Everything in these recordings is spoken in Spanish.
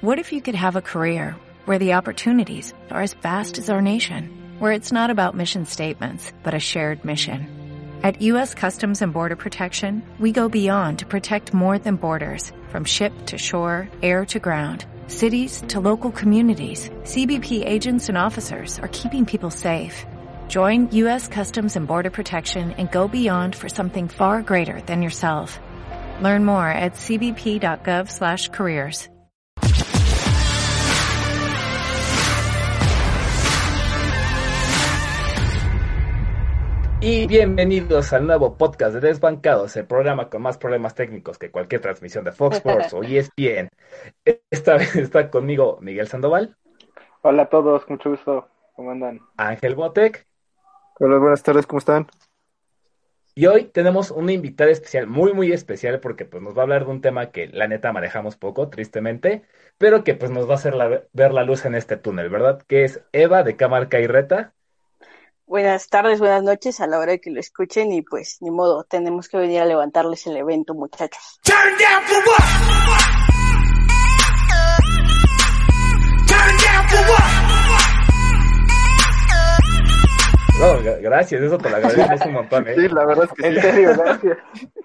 What if you could have a career where the opportunities are as vast as our nation, where it's not about mission statements, but a shared mission? At U.S. Customs and Border Protection, we go beyond to protect more than borders, from ship to shore, air to ground, cities to local communities. CBP agents and officers are keeping people safe. Join U.S. Customs and Border Protection and go beyond for something far greater than yourself. Learn more at cbp.gov/careers. Y bienvenidos al nuevo podcast de Desbancados, el programa con más problemas técnicos que cualquier transmisión de Fox Sports o ESPN. Esta vez está conmigo Miguel Sandoval. Hola a todos, mucho gusto. ¿Cómo andan? Ángel Botec. Hola, buenas tardes, ¿cómo están? Y hoy tenemos una invitada especial, muy especial, porque pues nos va a hablar de un tema que la neta manejamos poco, tristemente, pero que pues nos va a hacer ver la luz en este túnel, ¿verdad? Que es Eva de Cámara Cairreta. Buenas tardes, buenas noches a la hora de que lo escuchen y pues ni modo, tenemos que venir a levantarles el evento, muchachos. Turn down for what? Turn down for what? No, gracias, eso te lo agradecemos un montón, ¿eh? Sí, la verdad es que En serio, gracias.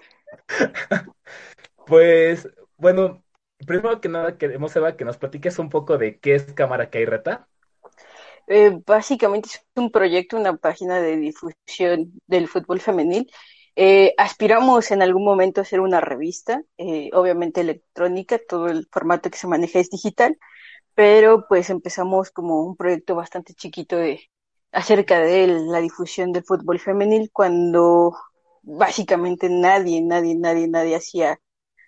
Pues, bueno, primero que nada queremos, Eva, que nos platiques un poco de qué es Cámara Cairreta. Básicamente es un proyecto, una página de difusión del fútbol femenil. Aspiramos en algún momento a hacer una revista, obviamente electrónica, todo el formato que se maneja es digital, pero pues empezamos como un proyecto bastante chiquito acerca de la difusión del fútbol femenil, cuando básicamente nadie hacía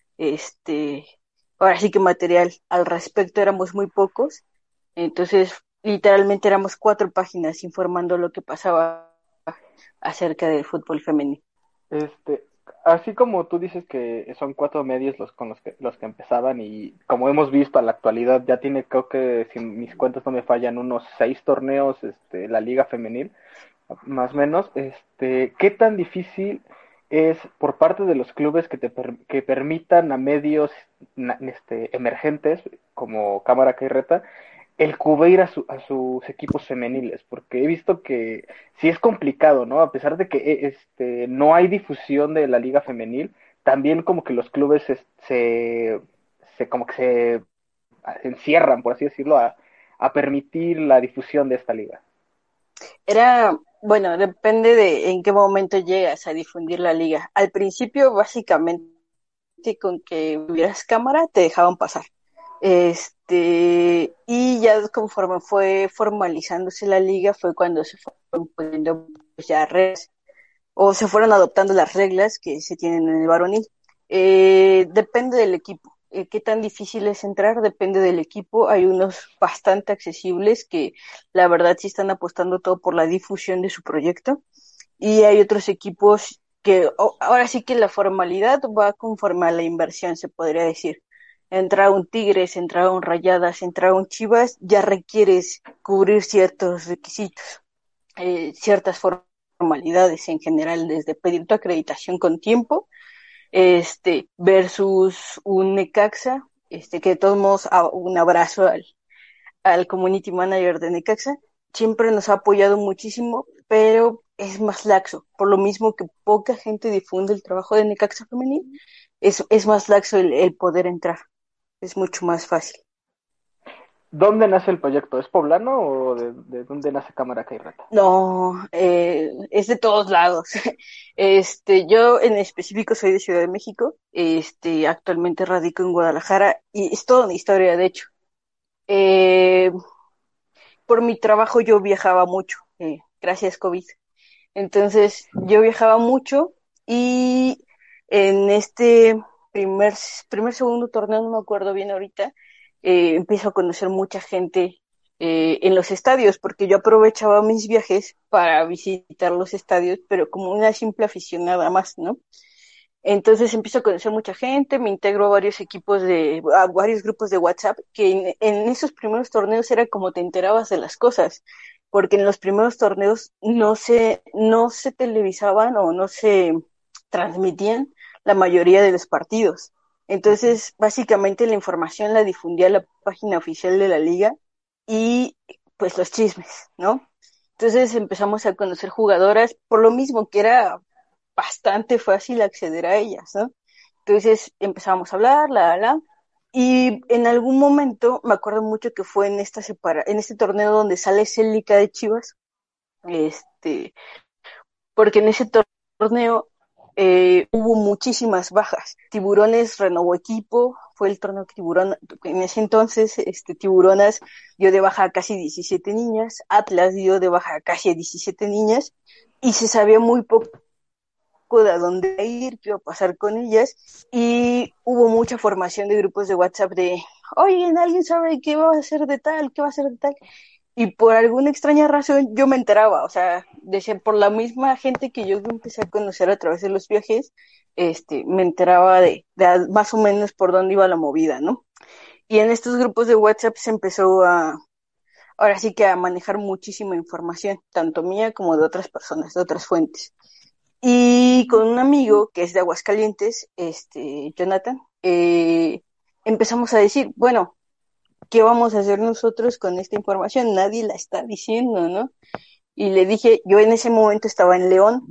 ahora sí que material al respecto, éramos muy pocos, entonces literalmente éramos 4 páginas informando lo que pasaba acerca del fútbol femenino. Así como tú dices que son 4 medios con los que empezaban, y como hemos visto a la actualidad ya tiene, creo que si mis cuentas no me fallan, unos 6 torneos la liga femenil, más o menos. ¿Qué tan difícil es por parte de los clubes que permitan a medios emergentes como Cámara Cairreta el cubrir a sus equipos femeniles? Porque he visto que sí es complicado, ¿no? A pesar de que no hay difusión de la liga femenil, también como que los clubes se encierran, por así decirlo, a permitir la difusión de esta liga. Bueno, depende de en qué momento llegas a difundir la liga. Al principio, básicamente, con que hubieras cámara, te dejaban pasar. Y ya conforme fue formalizándose la liga fue cuando se fueron poniendo pues, ya reglas, o se fueron adoptando las reglas que se tienen en el varonil. Depende del equipo. Qué tan difícil es entrar depende del equipo. Hay unos bastante accesibles que la verdad sí están apostando todo por la difusión de su proyecto, y hay otros equipos que ahora sí que la formalidad va conforme a la inversión, se podría decir. Entrar un Tigres, entrar un Rayadas, entrar un Chivas, ya requieres cubrir ciertos requisitos, ciertas formalidades en general, desde pedir tu acreditación con tiempo, versus un Necaxa, que de todos modos, un abrazo al community manager de Necaxa, siempre nos ha apoyado muchísimo, pero es más laxo, por lo mismo que poca gente difunde el trabajo de Necaxa femenil, es más laxo el poder entrar. Es mucho más fácil. ¿Dónde nace el proyecto? ¿Es poblano o de dónde nace Cámara Cairreta? No, es de todos lados. Yo en específico soy de Ciudad de México. Actualmente radico en Guadalajara y es toda una historia, de hecho. Por mi trabajo yo viajaba mucho, gracias COVID. Entonces yo viajaba mucho y en segundo torneo, no me acuerdo bien ahorita, empiezo a conocer mucha gente en los estadios, porque yo aprovechaba mis viajes para visitar los estadios, pero como una simple aficionada más, ¿no? Entonces empiezo a conocer mucha gente, me integro a varios varios grupos de WhatsApp, que en esos primeros torneos era como te enterabas de las cosas, porque en los primeros torneos no se televisaban o no se transmitían la mayoría de los partidos. Entonces, básicamente la información la difundía la página oficial de la liga y pues los chismes, ¿no? Entonces empezamos a conocer jugadoras por lo mismo que era bastante fácil acceder a ellas, ¿no? Entonces empezamos a hablar, y en algún momento me acuerdo mucho que fue en en este torneo donde sale Célica de Chivas, porque en ese torneo hubo muchísimas bajas. Tiburones renovó equipo, fue el torneo que Tiburón, en ese entonces Tiburonas dio de baja a casi 17 niñas, Atlas dio de baja a casi 17 niñas, y se sabía muy poco de a dónde ir, qué iba a pasar con ellas, y hubo mucha formación de grupos de WhatsApp de, oye, ¿alguien sabe qué va a hacer de tal, qué va a hacer de tal? Y por alguna extraña razón yo me enteraba, o sea, por la misma gente que yo empecé a conocer a través de los viajes, me enteraba de más o menos por dónde iba la movida, ¿no? Y en estos grupos de WhatsApp se empezó ahora sí que a manejar muchísima información, tanto mía como de otras personas, de otras fuentes. Y con un amigo que es de Aguascalientes, Jonathan, empezamos a decir, bueno, ¿qué vamos a hacer nosotros con esta información? Nadie la está diciendo, ¿no? Y le dije, yo en ese momento estaba en León,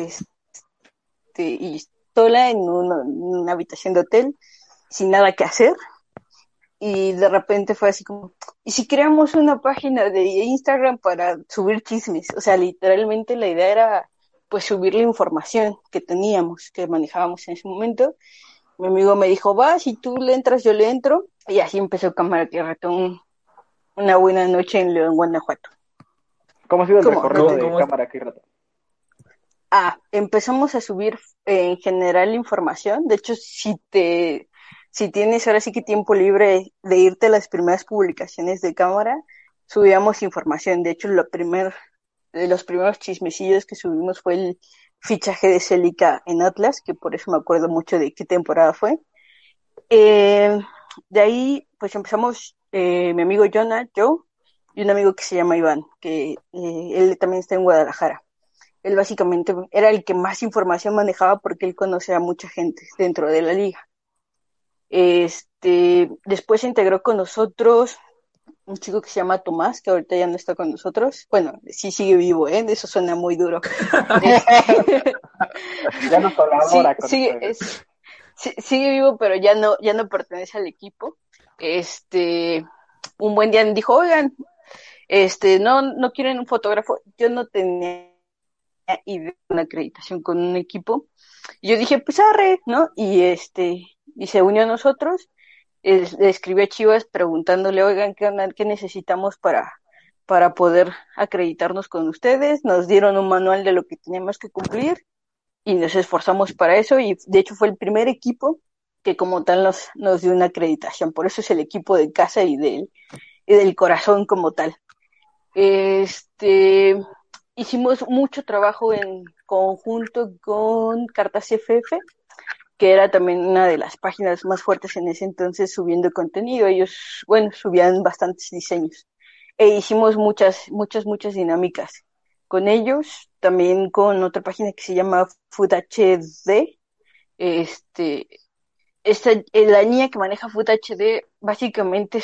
y sola en una habitación de hotel, sin nada que hacer, y de repente fue así como, ¿y si creamos una página de Instagram para subir chismes? O sea, literalmente la idea era, pues, subir la información que teníamos, que manejábamos en ese momento. Mi amigo me dijo, va, si tú le entras, yo le entro, y así empezó Cámara Tierra, una buena noche en León, Guanajuato. ¿Cómo ha sido el ¿Cómo? recorrido de Cámara aquí, Rato? Empezamos a subir en general información. De hecho, si tienes ahora sí que tiempo libre de irte a las primeras publicaciones de Cámara, subíamos información. De hecho, de los primeros chismecillos que subimos fue el fichaje de Célica en Atlas, que por eso me acuerdo mucho de qué temporada fue. De ahí, pues empezamos mi amigo Joe, y un amigo que se llama Iván, que él también está en Guadalajara. Él básicamente era el que más información manejaba porque él conocía a mucha gente dentro de la liga. Después se integró con nosotros un chico que se llama Tomás, que ahorita ya no está con nosotros. Bueno, sí sigue vivo, eso suena muy duro. Ya no colabora con sigue vivo, pero ya no pertenece al equipo. Un buen día me dijo, oigan, no quieren un fotógrafo. Yo no tenía idea de una acreditación con un equipo. Y yo dije, pues arre, ¿no? Y se unió a nosotros. Le escribió a Chivas preguntándole, oigan, ¿qué necesitamos para poder acreditarnos con ustedes? Nos dieron un manual de lo que teníamos que cumplir y nos esforzamos para eso, y de hecho fue el primer equipo que como tal nos dio una acreditación. Por eso es el equipo de casa y del corazón como tal. Hicimos mucho trabajo en conjunto con Cartas FF, que era también una de las páginas más fuertes en ese entonces subiendo contenido. Ellos, bueno, subían bastantes diseños. Hicimos muchas dinámicas con ellos, también con otra página que se llama Food HD. La niña que maneja Food HD básicamente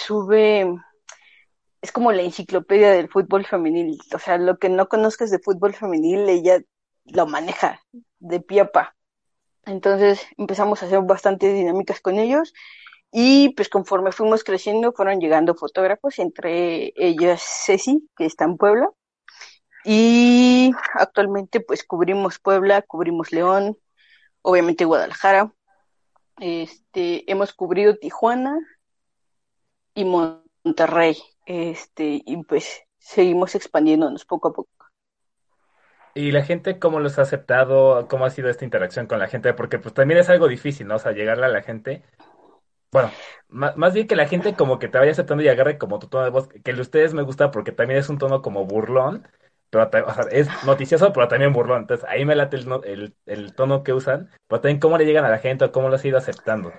es como la enciclopedia del fútbol femenil. O sea, lo que no conozcas de fútbol femenil, ella lo maneja de pie a pa. Entonces empezamos a hacer bastantes dinámicas con ellos, y pues conforme fuimos creciendo fueron llegando fotógrafos, entre ellos Ceci, que está en Puebla, y actualmente pues cubrimos Puebla, cubrimos León, obviamente Guadalajara, hemos cubrido Tijuana y Monterrey, y pues seguimos expandiéndonos poco a poco. ¿Y la gente cómo los ha aceptado? ¿Cómo ha sido esta interacción con la gente? Porque pues también es algo difícil, ¿no? O sea, llegarle a la gente. Bueno, más bien que la gente como que te vaya aceptando y agarre como tu tono de voz. Que el de ustedes me gusta porque también es un tono como burlón, pero o sea, es noticioso, pero también burlón. Entonces ahí me late el tono que usan, pero también cómo le llegan a la gente o cómo lo has ido aceptando.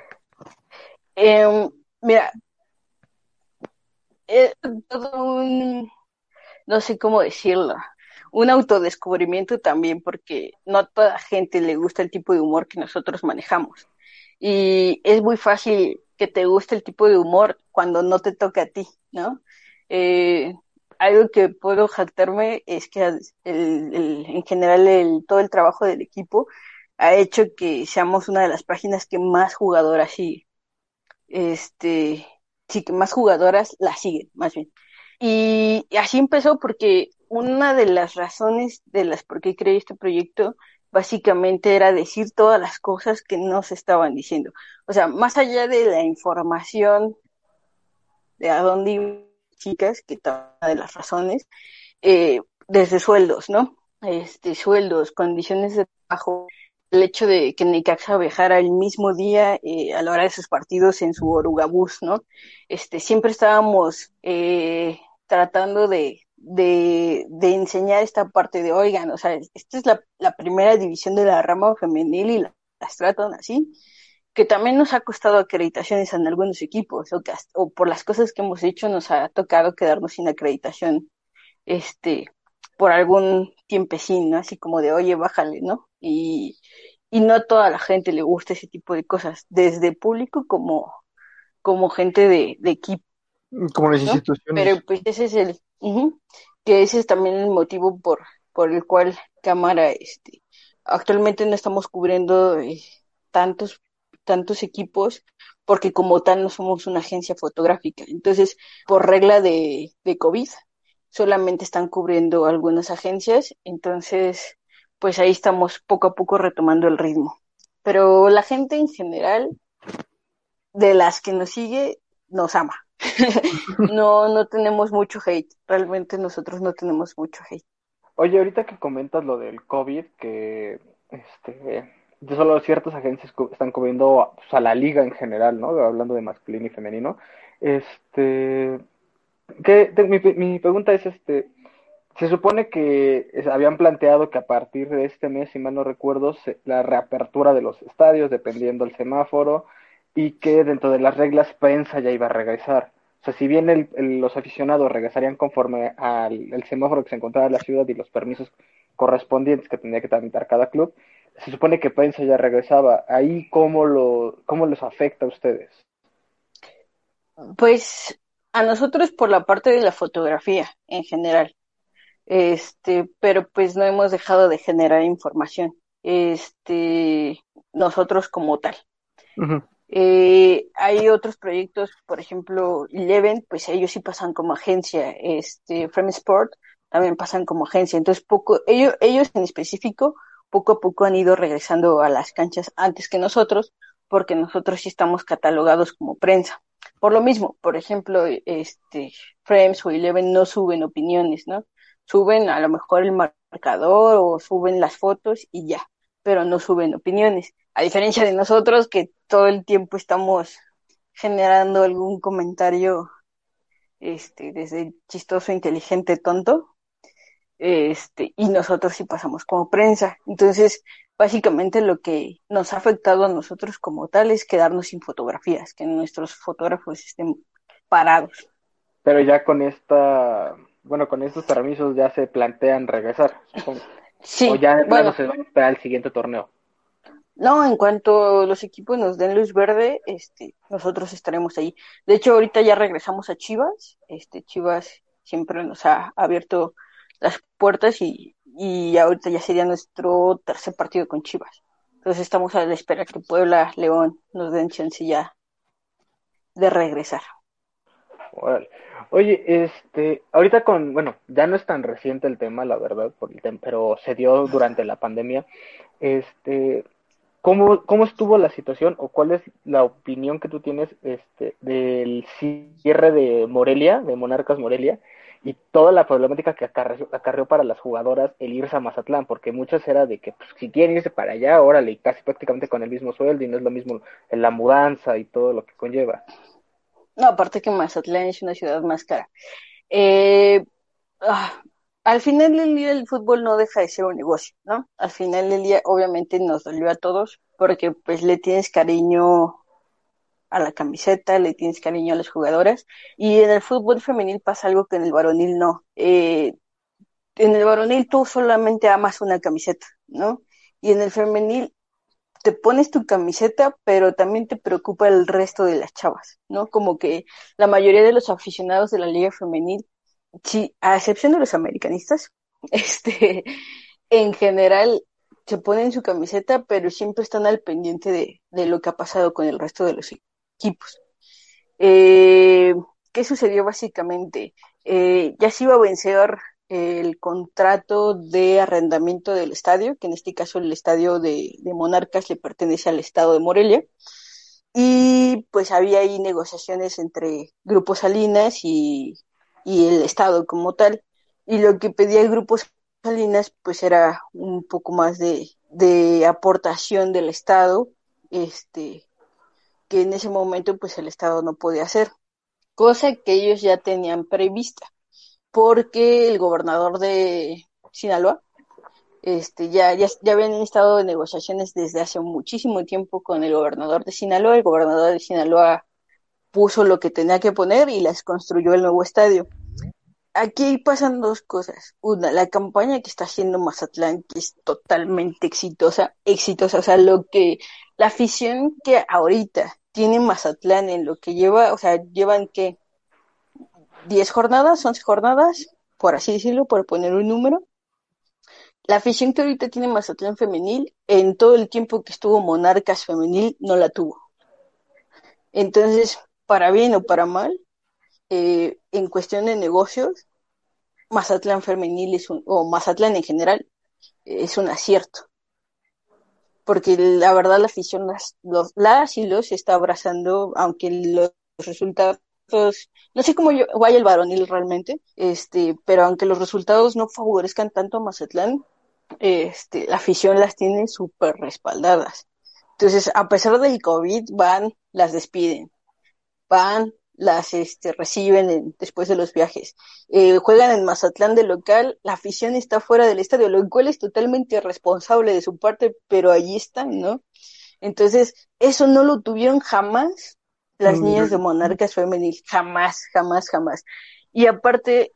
Mira, es todo no sé cómo decirlo, un autodescubrimiento también, porque no a toda gente le gusta el tipo de humor que nosotros manejamos. y es muy fácil que te guste el tipo de humor cuando no te toca a ti, ¿no? Eh, Algo que puedo jactarme es que en general todo el trabajo del equipo ha hecho que seamos una de las páginas que más jugadoras sigue. Sí, que más jugadoras la siguen, más bien. Y así empezó porque una de las razones de las por qué creé este proyecto básicamente era decir todas las cosas que no se estaban diciendo. O sea, más allá de la información de a dónde iban las chicas, que estaba una de las razones, desde sueldos, ¿no? Sueldos, condiciones de trabajo, el hecho de que Necaxa viajara el mismo día a la hora de sus partidos en su Orugabús, ¿no? Siempre estábamos tratando de enseñar esta parte de, oigan, o sea, esta es la primera división de la rama femenil y las tratan así, que también nos ha costado acreditaciones en algunos equipos, o por las cosas que hemos hecho nos ha tocado quedarnos sin acreditación, este, por algún tiempecín, ¿no? Así como de, oye, bájale, ¿no? Y no a toda la gente le gusta ese tipo de cosas, desde público como gente de equipo, Como las ¿no? instituciones. Pero pues ese es que ese es también el motivo por el cual Cámara, actualmente no estamos cubriendo tantos, tantos equipos, porque como tal no somos una agencia fotográfica. Entonces, por regla de COVID, solamente están cubriendo algunas agencias, entonces, pues ahí estamos poco a poco retomando el ritmo. Pero la gente en general, de las que nos sigue, nos ama. No tenemos mucho hate, realmente nosotros no tenemos mucho hate. Oye, ahorita que comentas lo del COVID, que de solo ciertas agencias están cubriendo pues, a la liga en general, ¿no? Hablando de masculino y femenino. Este, mi pregunta es, se supone que habían planteado que a partir de este mes, si mal no recuerdo, la reapertura de los estadios, dependiendo del semáforo, y que dentro de las reglas prensa ya iba a regresar. O sea, si bien los aficionados regresarían conforme al el semáforo que se encontraba en la ciudad y los permisos correspondientes que tenía que tramitar cada club, se supone que prensa ya regresaba. Ahí, cómo les afecta a ustedes? Pues a nosotros por la parte de la fotografía en general, pero pues no hemos dejado de generar información, nosotros como tal. Ujú. Hay otros proyectos, por ejemplo, Eleven, pues ellos sí pasan como agencia, Frame Sport también pasan como agencia, entonces ellos en específico, poco a poco han ido regresando a las canchas antes que nosotros, porque nosotros sí estamos catalogados como prensa. Por lo mismo, por ejemplo, Frames o Eleven no suben opiniones, ¿no? Suben a lo mejor el marcador o suben las fotos y ya, pero no suben opiniones. A diferencia de nosotros que todo el tiempo estamos generando algún comentario, desde chistoso, inteligente, tonto, y nosotros sí pasamos como prensa. Entonces, básicamente lo que nos ha afectado a nosotros como tal es quedarnos sin fotografías, que nuestros fotógrafos estén parados. Pero ya bueno, con estos permisos ya se plantean regresar, supongo. O Sí, ya de plano bueno, se van a esperar al siguiente torneo. no, en cuanto los equipos nos den luz verde, nosotros estaremos ahí. De hecho, ahorita ya regresamos a Chivas. Chivas siempre nos ha abierto las puertas y ahorita ya sería nuestro tercer partido con Chivas. Entonces estamos a la espera que Puebla, León nos den chance ya de regresar. Órale. Oye, ahorita bueno, ya no es tan reciente el tema, la verdad, pero se dio durante la pandemia. Este, ¿cómo estuvo la situación o cuál es la opinión que tú tienes, del cierre de Morelia, de Monarcas Morelia, y toda la problemática que acarreó para las jugadoras el irse a Mazatlán? Porque muchas era de que, pues, si quieren irse para allá, órale, casi prácticamente con el mismo sueldo y no es lo mismo en la mudanza y todo lo que conlleva. No, aparte que Mazatlán es una ciudad más cara. Eh, ah, Al final del día el fútbol no deja de ser un negocio, ¿no? Al final del día obviamente nos dolió a todos porque pues le tienes cariño a la camiseta, le tienes cariño a las jugadoras y en el fútbol femenil pasa algo que en el varonil no. En el varonil tú solamente amas una camiseta, ¿no? Y en el femenil te pones tu camiseta, pero también te preocupa el resto de las chavas, ¿no? Como que la mayoría de los aficionados de la Liga Femenil, sí, a excepción de los americanistas, en general se ponen su camiseta, pero siempre están al pendiente de lo que ha pasado con el resto de los equipos. Eh, ¿Qué sucedió básicamente? Ya se iba a vencer el contrato de arrendamiento del estadio, que en este caso el estadio de Monarcas le pertenece al estado de Morelia, y pues había ahí negociaciones entre Grupo Salinas y el estado como tal, y lo que pedía el Grupo Salinas pues era un poco más de aportación del estado, que en ese momento pues el estado no podía hacer, cosa que ellos ya tenían prevista porque el gobernador de Sinaloa, ya habían estado en negociaciones desde hace muchísimo tiempo con el gobernador de Sinaloa. El gobernador de Sinaloa puso lo que tenía que poner y les construyó el nuevo estadio. Aquí pasan dos cosas. Una, la campaña que está haciendo Mazatlán, que es totalmente exitosa, o sea, la afición que ahorita tiene Mazatlán en lo que lleva, o sea, llevan que 10 jornadas, 11 jornadas, por así decirlo, por poner un número. La afición que ahorita tiene Mazatlán femenil, en todo el tiempo que estuvo Monarcas femenil, no la tuvo. Entonces, para bien o para mal, en cuestión de negocios, Mazatlán femenil o Mazatlán en general, es un acierto. Porque la verdad la afición las y los está abrazando, aunque los resultados, no sé cómo vaya el varonil realmente, pero aunque los resultados no favorezcan tanto a Mazatlán, la afición las tiene súper respaldadas. Entonces, a pesar del COVID, van, las despiden, van, las reciben después de los viajes. Juegan en Mazatlán de local, la afición está fuera del estadio, lo cual es totalmente irresponsable de su parte, pero allí están, ¿no? Entonces, eso no lo tuvieron jamás las niñas de Monarcas femenil, jamás, jamás, jamás. Y aparte,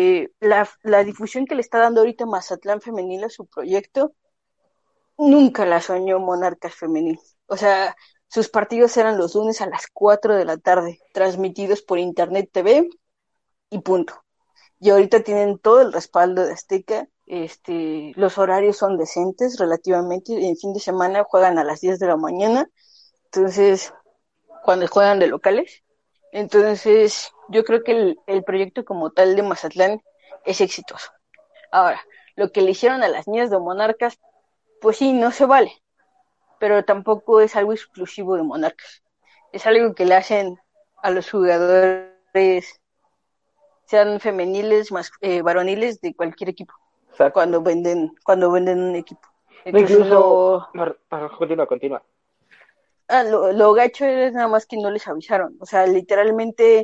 la difusión que le está dando ahorita Mazatlán femenil a su proyecto, nunca la soñó Monarcas femenil. O sea, sus partidos eran los lunes a las 4 de la tarde, transmitidos por Internet TV y punto. Y ahorita tienen todo el respaldo de Azteca. Los horarios son decentes relativamente. En fin de semana juegan a las 10 de la mañana. Entonces, cuando juegan de locales. Entonces, yo creo que el proyecto como tal de Mazatlán es exitoso. Ahora, lo que le hicieron a las niñas de Monarcas, pues sí, no se vale, pero tampoco es algo exclusivo de Monarcas. Es algo que le hacen a los jugadores, sean femeniles, más varoniles, de cualquier equipo. Exacto. Cuando venden un equipo. Entonces, incluso, continúa. Lo gacho es nada más que no les avisaron. O sea, literalmente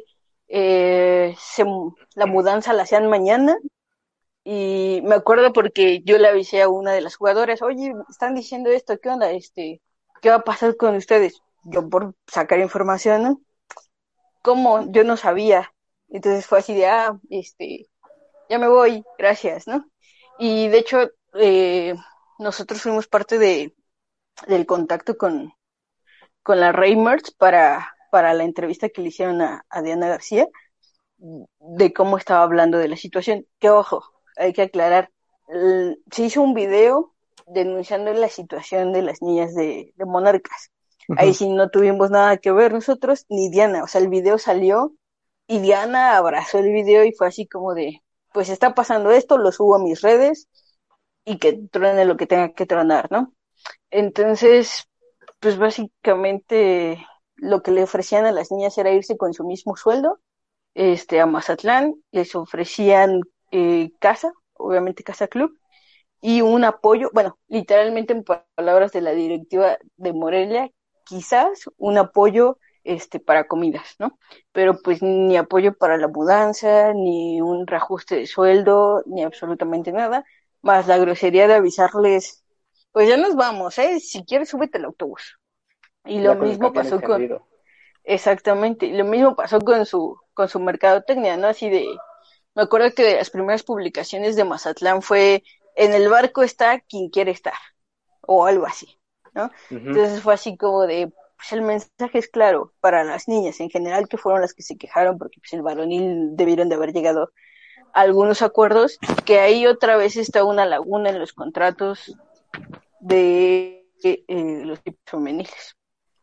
la mudanza la hacían mañana. Y me acuerdo porque yo le avisé a una de las jugadoras, oye, están diciendo esto, ¿qué onda? ¿Qué va a pasar con ustedes? Yo por sacar información, ¿no? ¿Cómo? Yo no sabía. Entonces fue así de, ya me voy, gracias, ¿no? Y de hecho, nosotros fuimos parte del contacto con la Reimers para la entrevista que le hicieron a Diana García, de cómo estaba hablando de la situación. Que ojo, hay que aclarar, se hizo un video denunciando la situación de las niñas de Monarcas. Uh-huh. Ahí sí no tuvimos nada que ver nosotros, ni Diana. O sea, el video salió y Diana abrazó el video y fue así como de, pues está pasando esto, lo subo a mis redes y que truene lo que tenga que tronar, ¿no? Entonces, pues básicamente lo que le ofrecían a las niñas era irse con su mismo sueldo a Mazatlán, les ofrecían casa, obviamente casa club, y un apoyo, bueno, literalmente en palabras de la directiva de Morelia, quizás un apoyo para comidas, ¿no? Pero pues ni apoyo para la mudanza, ni un reajuste de sueldo, ni absolutamente nada, más la grosería de avisarles, pues ya nos vamos, si quieres súbete al autobús. Y lo mismo pasó con... Exactamente, y lo mismo pasó con su mercadotecnia, ¿no? Así de, me acuerdo que de las primeras publicaciones de Mazatlán fue, en el barco está quien quiere estar, o algo así. ¿no? Entonces fue así como de, pues el mensaje es claro para las niñas en general, que fueron las que se quejaron porque pues el varonil debieron de haber llegado a algunos acuerdos, que ahí otra vez está una laguna en los contratos de los equipos femeniles.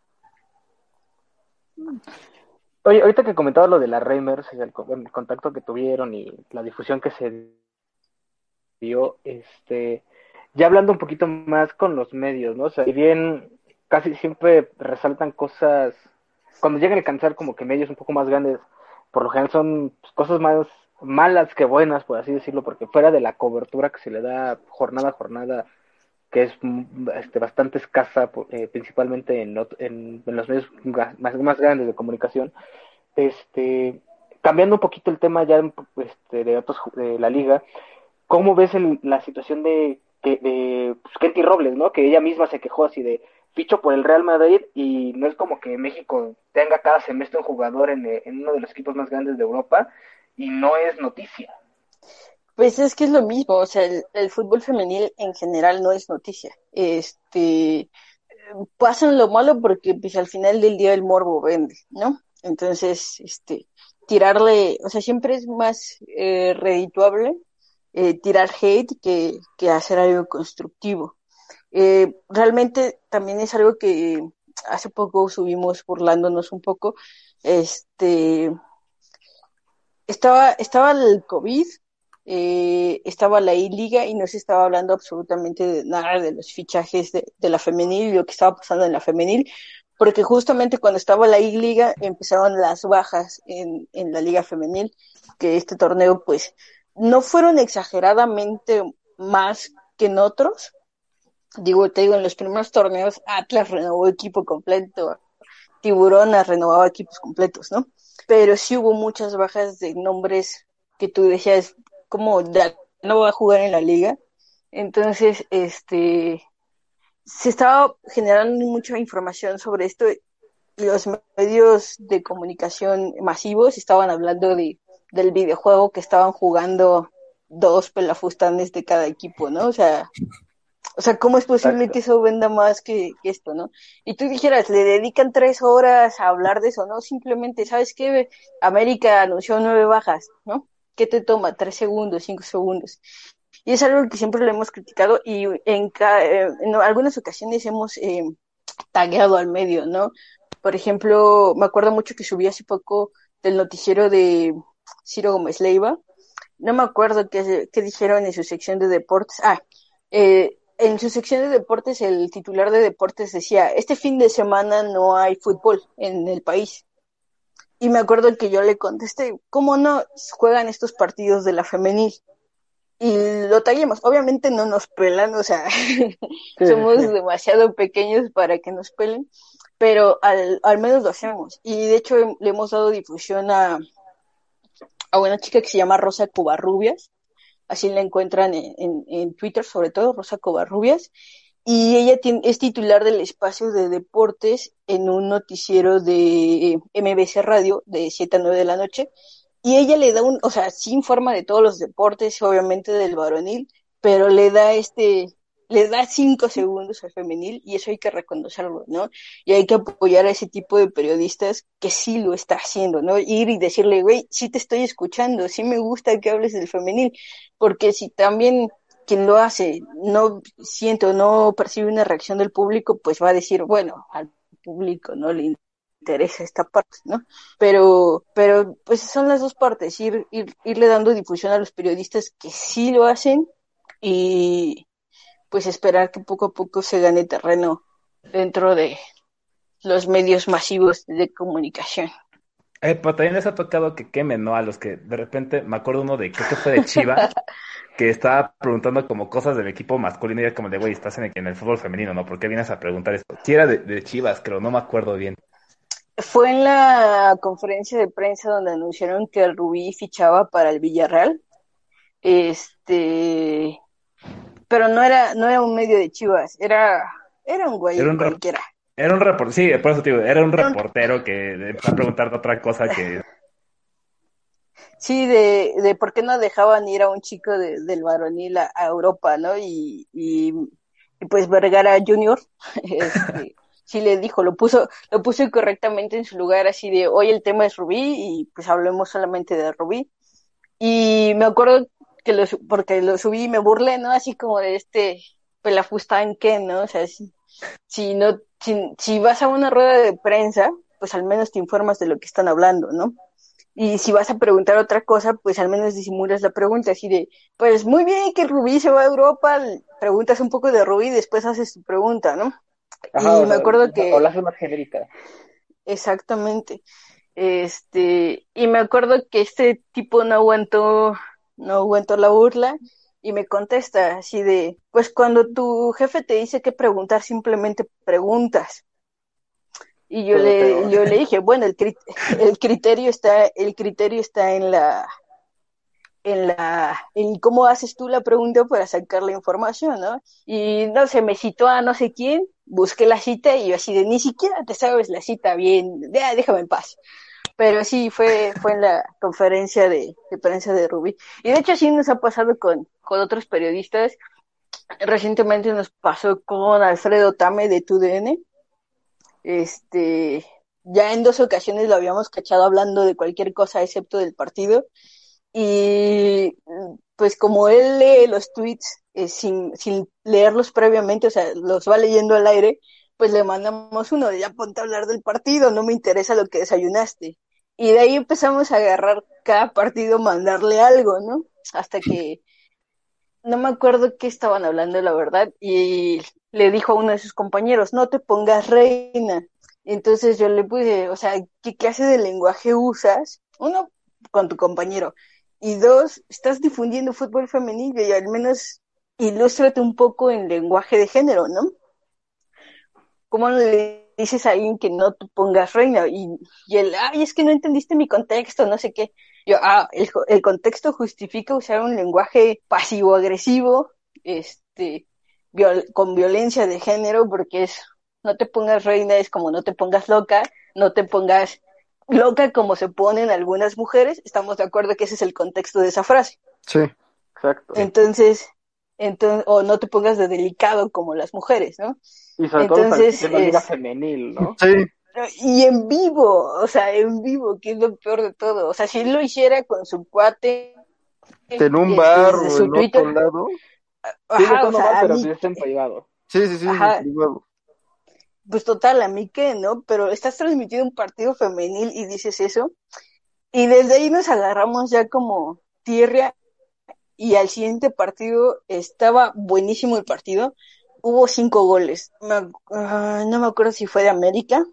Oye, ahorita que comentabas lo de la Reimers, el contacto que tuvieron y la difusión que se dio, ya hablando un poquito más con los medios, ¿no? O sea, si bien casi siempre resaltan cosas, cuando llegan a alcanzar como que medios un poco más grandes, por lo general son pues, cosas más malas que buenas, por así decirlo, porque fuera de la cobertura que se le da jornada a jornada, que es bastante escasa, principalmente en los medios más grandes de comunicación, cambiando un poquito el tema ya de la liga, ¿cómo ves la situación de pues, Kenty Robles, ¿no? Que ella misma se quejó así de ficho por el Real Madrid y no es como que México tenga cada semestre un jugador en uno de los equipos más grandes de Europa y no es noticia. Pues es que es lo mismo, o sea, el fútbol femenil en general no es noticia. Pasan lo malo porque pues al final del día el morbo vende, ¿no? Entonces, tirarle, o sea, siempre es más redituable tirar hate que hacer algo constructivo. Realmente también es algo que hace poco subimos burlándonos un poco. Estaba el COVID, estaba la I-Liga y no se estaba hablando absolutamente de nada de los fichajes de la femenil y lo que estaba pasando en la femenil, porque justamente cuando estaba la I-Liga empezaron las bajas en la liga femenil, que este torneo pues no fueron exageradamente más que en otros. Te digo, en los primeros torneos Atlas renovó equipo completo, Tiburonas renovaba equipos completos, ¿no? Pero sí hubo muchas bajas de nombres que tú decías, como ya no va a jugar en la liga. Entonces, se estaba generando mucha información sobre esto y los medios de comunicación masivos estaban hablando del videojuego que estaban jugando 2 pelafustanes de cada equipo, ¿no? O sea, ¿cómo es posible que eso venda más que esto, no? Y tú dijeras, le dedican 3 horas a hablar de eso, ¿no? Simplemente, ¿sabes qué? América anunció 9 bajas, ¿no? ¿Qué te toma? 3 segundos, 5 segundos. Y es algo que siempre le hemos criticado y en algunas ocasiones hemos tagueado al medio, ¿no? Por ejemplo, me acuerdo mucho que subí hace poco del noticiero de Ciro Gómez Leiva. No me acuerdo qué dijeron en su sección de deportes. En su sección de deportes, el titular de deportes decía, este fin de semana no hay fútbol en el país. Y me acuerdo que yo le contesté, ¿cómo no juegan estos partidos de la femenil? Y lo taguemos. Obviamente no nos pelan, o sea, somos demasiado pequeños para que nos pelen, pero al menos lo hacemos. Y de hecho le hemos dado difusión a una chica que se llama Rosa Covarrubias, así la encuentran en Twitter, sobre todo, Rosa Covarrubias, y ella es titular del espacio de deportes en un noticiero de MBC Radio de 7 a 9 de la noche, y ella le da o sea, sí informa de todos los deportes, obviamente del varonil, pero le da 5 segundos al femenil, y eso hay que reconocerlo, ¿no? Y hay que apoyar a ese tipo de periodistas que sí lo está haciendo, ¿no? Ir y decirle, güey, sí te estoy escuchando, sí me gusta que hables del femenil, porque si también quien lo hace no percibe una reacción del público, pues va a decir, bueno, al público no le interesa esta parte, ¿no? Pero pues son las dos partes, irle dando difusión a los periodistas que sí lo hacen y pues esperar que poco a poco se gane terreno dentro de los medios masivos de comunicación. Pero también les ha tocado que quemen, ¿no? A los que de repente, me acuerdo uno creo que fue de Chivas, que estaba preguntando como cosas del equipo masculino y era como de, güey, estás en el fútbol femenino, ¿no? ¿Por qué vienes a preguntar esto? Sí era de Chivas, creo, no me acuerdo bien. Fue en la conferencia de prensa donde anunciaron que el Rubí fichaba para el Villarreal. Pero no era un medio de Chivas, era un güey cualquiera. Era un reportero, sí, por eso te digo, era un reportero que empezó a preguntar de otra cosa que... Sí, de por qué no dejaban ir a un chico del varonil a Europa, ¿no? Y Y pues Vergara Junior, sí le dijo, lo puso correctamente en su lugar, así de, hoy el tema es Rubí, y pues hablemos solamente de Rubí. Y me acuerdo que porque lo subí y me burlé, ¿no? Así como de pelafustán que, ¿no? O sea, si vas a una rueda de prensa, pues al menos te informas de lo que están hablando, ¿no? Y si vas a preguntar otra cosa, pues al menos disimulas la pregunta, así de, pues muy bien que Rubí se va a Europa, preguntas un poco de Rubí y después haces tu pregunta, ¿no? Ajá, Y o me sea, acuerdo o la que, haces más genérica. exactamente, y me acuerdo que este tipo no aguantó la burla y me contesta así de, pues cuando tu jefe te dice qué preguntar, simplemente preguntas. Y yo Todo le, feo. yo le dije, bueno, el criterio está en cómo haces tú la pregunta para sacar la información, ¿no? Y no sé, me citó a no sé quién, busqué la cita y yo así de, ni siquiera te sabes la cita bien, déjame en paz. Pero sí, fue en la conferencia de prensa de Rubí. Y de hecho sí nos ha pasado con otros periodistas. Recientemente nos pasó con Alfredo Tame de TUDN. Ya en 2 ocasiones lo habíamos cachado hablando de cualquier cosa excepto del partido. Y pues como él lee los tweets sin leerlos previamente, o sea, los va leyendo al aire, pues le mandamos uno de ya ponte a hablar del partido, no me interesa lo que desayunaste. Y de ahí empezamos a agarrar cada partido, mandarle algo, ¿no? Hasta que no me acuerdo qué estaban hablando, la verdad, y le dijo a uno de sus compañeros, no te pongas reina. Y entonces yo le puse, o sea, ¿qué clase de lenguaje usas? Uno, con tu compañero, y dos, estás difundiendo fútbol femenino y al menos ilústrate un poco en lenguaje de género, ¿no? ¿Cómo le dices a alguien que no te pongas reina? Y él, ay, es que no entendiste mi contexto, no sé qué. Yo, el contexto justifica usar un lenguaje pasivo-agresivo, con violencia de género, porque no te pongas reina, es como no te pongas loca, no te pongas loca como se ponen algunas mujeres. Estamos de acuerdo que ese es el contexto de esa frase. Sí. Exacto. Entonces, o no te pongas de delicado como las mujeres, ¿no? Y sobre todo Entonces, en la liga femenil, ¿no? Sí. y en vivo, o sea, en vivo, que es lo peor de todo. O sea, si él lo hiciera con su cuate, En un bar desde o su en otro Twitter, lado. Sigue ajá, o estando mal, sea, a pero si mí, está en privado. Sí, sí, sí, en ajá, privado. pues total, a mí qué, ¿no? Pero estás transmitiendo un partido femenil y dices eso, y desde ahí nos agarramos ya como tierra, y al siguiente partido estaba buenísimo el partido, hubo 5 goles, no me acuerdo si fue de América,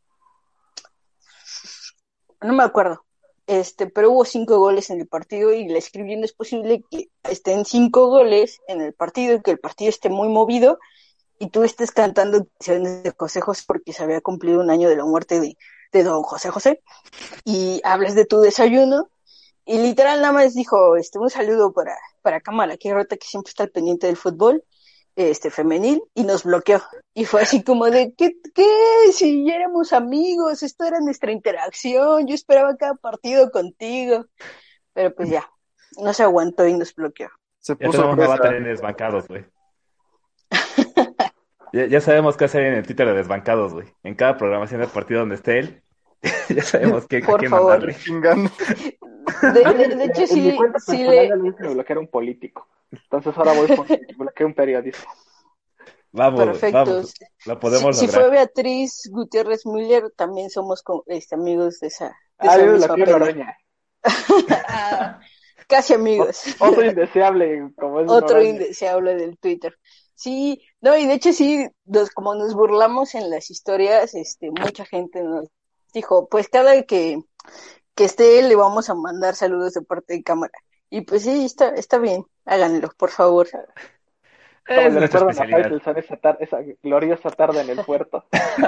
no me acuerdo, pero hubo 5 goles en el partido y le escribí, no es posible que estén 5 goles en el partido y que el partido esté muy movido y tú estés cantando canciones de José José porque se había cumplido un año de la muerte de don José José y hablas de tu desayuno y literal nada más dijo, un saludo para Cámara, que rota que siempre está al pendiente del fútbol, femenil, y nos bloqueó. Y fue así como de, ¿qué? Si ya éramos amigos, esto era nuestra interacción, yo esperaba cada partido contigo. Pero pues ya, no se aguantó y nos bloqueó. Se Ya puso tenemos nueva fresa. tren de desbancados, güey. Ya sabemos qué hacer en el Twitter de desbancados, güey. En cada programación del partido donde esté él, ya sabemos a Por quién favor. mandarle. Chingando. De hecho, En mi sí, cuenta sí personal ya le dije que me bloqueara un político. Entonces ahora voy por bloquear un periodista. Vamos, güey, perfecto. vamos. Lo Si, podemos si fue lograr. Beatriz Gutiérrez Müller, también somos amigos de esa, de Ah, esa yo la misma tía pena. Noroña. Ah, casi amigos. Otro indeseable como es Otro Noroña. indeseable del Twitter. Sí, no, y de hecho sí, como nos burlamos en las historias, mucha gente nos dijo, pues cada que esté él le vamos a mandar saludos de parte de Cámara. Y pues sí, está bien, háganlo, por favor. Como Es le nuestra recuerdan a especialidad. Faisal esa gloriosa tarde en el puerto.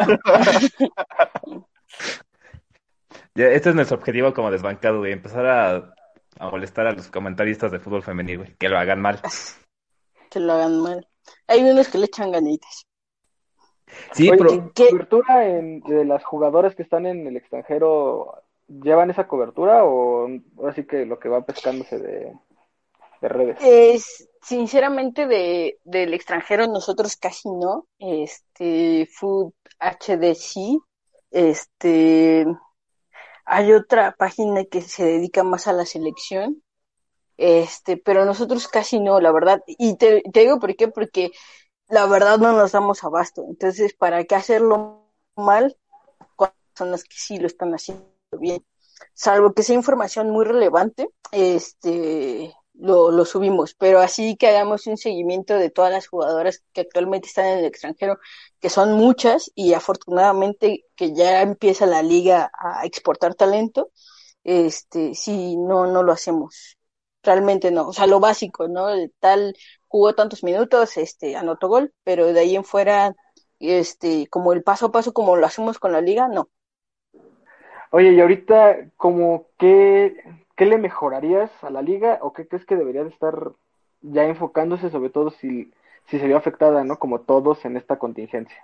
Ya, este es nuestro objetivo como desbancado, güey. Empezar a molestar a los comentaristas de fútbol femenil, güey. Que lo hagan mal. Que lo hagan mal. Hay unos que le echan ganitas. Sí, Oye, pero ¿y cobertura de las jugadoras que están en el extranjero llevan esa cobertura o así que lo que va pescándose de de redes. Sinceramente del extranjero nosotros casi no. Food HDC, este, hay otra página que se dedica más a la selección, pero nosotros casi no, la verdad. Y te digo por qué, porque la verdad no nos damos abasto. Entonces, ¿para qué hacerlo mal con personas que sí lo están haciendo bien? Salvo que sea información muy relevante, lo subimos, pero así que hagamos un seguimiento de todas las jugadoras que actualmente están en el extranjero, que son muchas, y afortunadamente que ya empieza la liga a exportar talento, sí, no lo hacemos, realmente no, o sea, lo básico, ¿no? El tal jugó tantos minutos, anotó gol, pero de ahí en fuera, como el paso a paso como lo hacemos con la liga, no. Oye, y ahorita, como, ¿qué le mejorarías a la liga o qué crees que debería de estar ya enfocándose, sobre todo si se vio afectada, ¿no? Como todos en esta contingencia.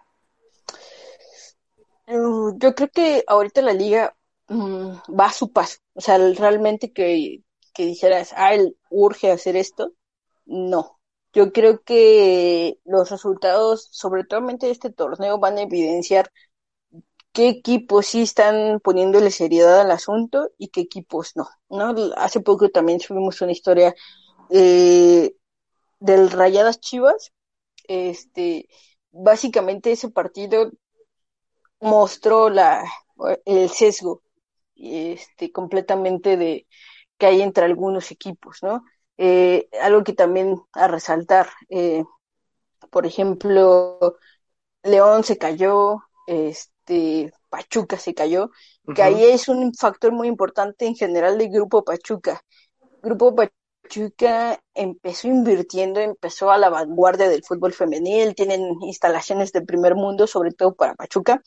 Yo creo que ahorita la liga va a su paso. O sea, realmente que dijeras, él urge hacer esto, no. Yo creo que los resultados, sobre todo de este torneo, van a evidenciar qué equipos sí están poniéndole seriedad al asunto y qué equipos no. Hace poco también subimos una historia eh, del Rayadas Chivas. Básicamente ese partido mostró el sesgo completamente de que hay entre algunos equipos, ¿no? Algo que también a resaltar, por ejemplo, León se cayó, Pachuca se cayó, que ahí es un factor muy importante en general del Grupo Pachuca. Grupo Pachuca empezó a la vanguardia del fútbol femenil, tienen instalaciones de primer mundo, sobre todo para Pachuca,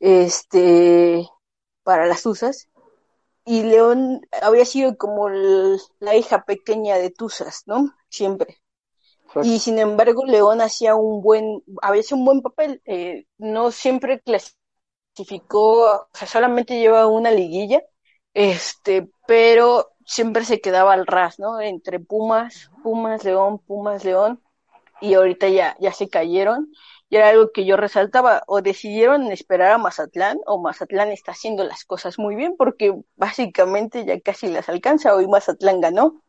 para las Tuzas, y León había sido como la hija pequeña de Tuzas, ¿no? Siempre. Exacto. Y sin embargo, León había hecho un buen papel, no siempre clasificó, o sea, solamente lleva una liguilla, pero siempre se quedaba al ras, ¿no? Entre Pumas, León, y ahorita ya se cayeron. Y era algo que yo resaltaba, o decidieron esperar a Mazatlán, o Mazatlán está haciendo las cosas muy bien, porque básicamente ya casi las alcanza. Hoy Mazatlán ganó,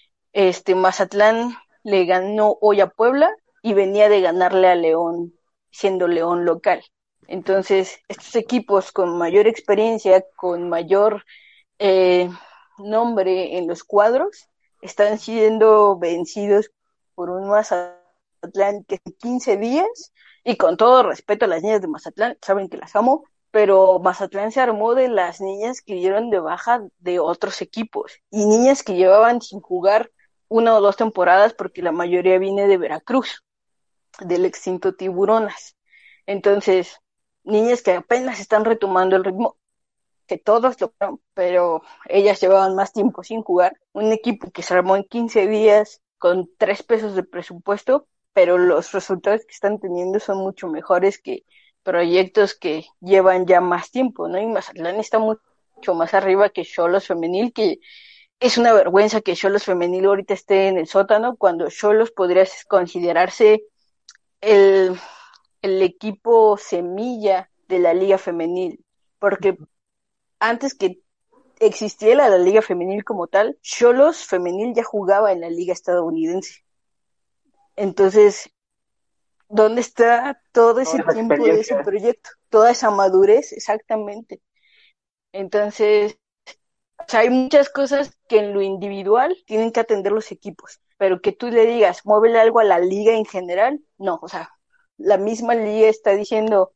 Mazatlán le ganó hoy a Puebla y venía de ganarle a León, siendo León local. Entonces, estos equipos con mayor experiencia, con mayor eh, nombre en los cuadros, están siendo vencidos por un Mazatlán que en 15 días, y con todo respeto a las niñas de Mazatlán, saben que las amo, pero Mazatlán se armó de las niñas que dieron de baja de otros equipos, y niñas que llevaban sin jugar 1 o 2 temporadas, porque la mayoría viene de Veracruz, del extinto Tiburonas. Entonces, niñas que apenas están retomando el ritmo, que todos lograron, pero ellas llevaban más tiempo sin jugar. Un equipo que se armó en 15 días con 3 pesos de presupuesto, pero los resultados que están teniendo son mucho mejores que proyectos que llevan ya más tiempo, ¿no? Y Mazatlán está mucho más arriba que Xolos Femenil, que es una vergüenza que Xolos Femenil ahorita esté en el sótano, cuando Xolos podría considerarse el, el equipo semilla de la Liga Femenil, porque antes que existiera la Liga Femenil como tal, Xolos Femenil ya jugaba en la Liga estadounidense. Entonces, ¿dónde está todo ese Toda esa tiempo de ese experiencia. proyecto? Toda esa madurez, exactamente. Entonces, o sea, hay muchas cosas que en lo individual tienen que atender los equipos, pero que tú le digas, muévele algo a la liga en general, no, o sea, la misma liga está diciendo,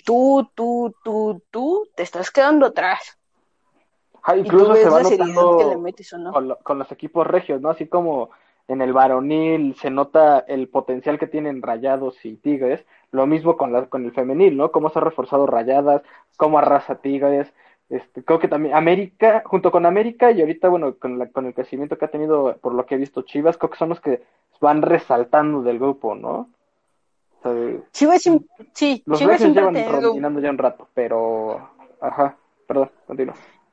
tú, te estás quedando atrás. Y tú Incluso se ves va la seriedad que le notando metes o no. con los equipos regios, ¿no? Así como en el varonil se nota el potencial que tienen Rayados y Tigres, lo mismo con el femenil, ¿no? Cómo se ha reforzado Rayadas, cómo arrasa Tigres. Creo que también América, junto con América y ahorita, bueno, con el crecimiento que ha tenido, por lo que he visto Chivas, creo que son los que van resaltando del grupo, ¿no? O sea, Chivas, los Chivas regios siempre ha llevan tenido, dominando ya un rato, pero... Ajá, perdón, continúa.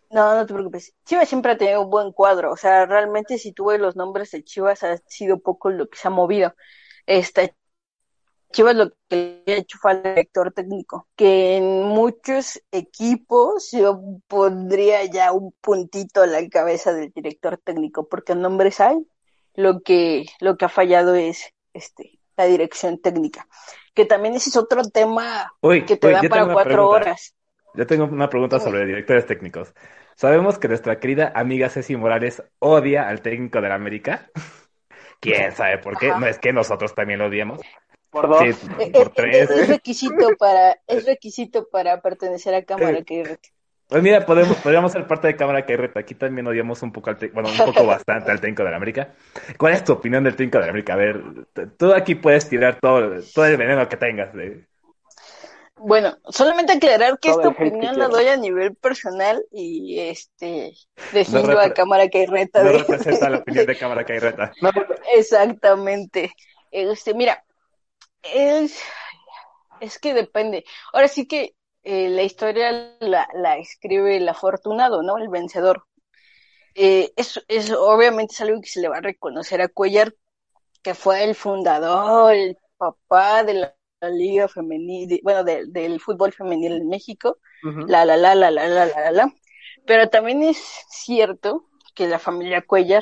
No, no te preocupes. Chivas siempre ha tenido un buen cuadro. O sea, realmente si tú ves los nombres de Chivas ha sido poco lo que se ha movido. Esta Chivas lo que le ha hecho fue al director técnico, que en muchos equipos yo pondría ya un puntito a la cabeza del director técnico, porque nombres hay, lo que ha fallado es la dirección técnica, que también ese es otro tema Uy, que te uy, da yo tengo para una cuatro pregunta. horas. Yo tengo una pregunta Dime. sobre directores técnicos. Sabemos que nuestra querida amiga Ceci Morales odia al técnico del América. ¿Quién sabe por qué? Ajá. No es que nosotros también lo odiemos. Por dos. Sí, por tres. Es requisito para pertenecer a Cámara que Pues mira, podríamos ser parte de Cámara que Reta. Aquí también odiamos un poco bueno, un poco bastante al técnico del América. ¿Cuál es tu opinión del técnico del América? A ver, tú aquí puedes tirar todo el veneno que tengas. Bueno, solamente aclarar que Todo esta el hate que opinión la quieras. doy a nivel personal y No, defiendo a Cámara que reta no de, representa la opinión de Cámara que Reta. No, exactamente. Mira, es, es que depende. Ahora sí que la historia la escribe el afortunado, ¿no? El vencedor. Obviamente es algo que se le va a reconocer a Cuellar, que fue el fundador, el papá de la liga femenil, bueno, del fútbol femenil en México, ujú. la. Pero también es cierto que la familia Cuellar,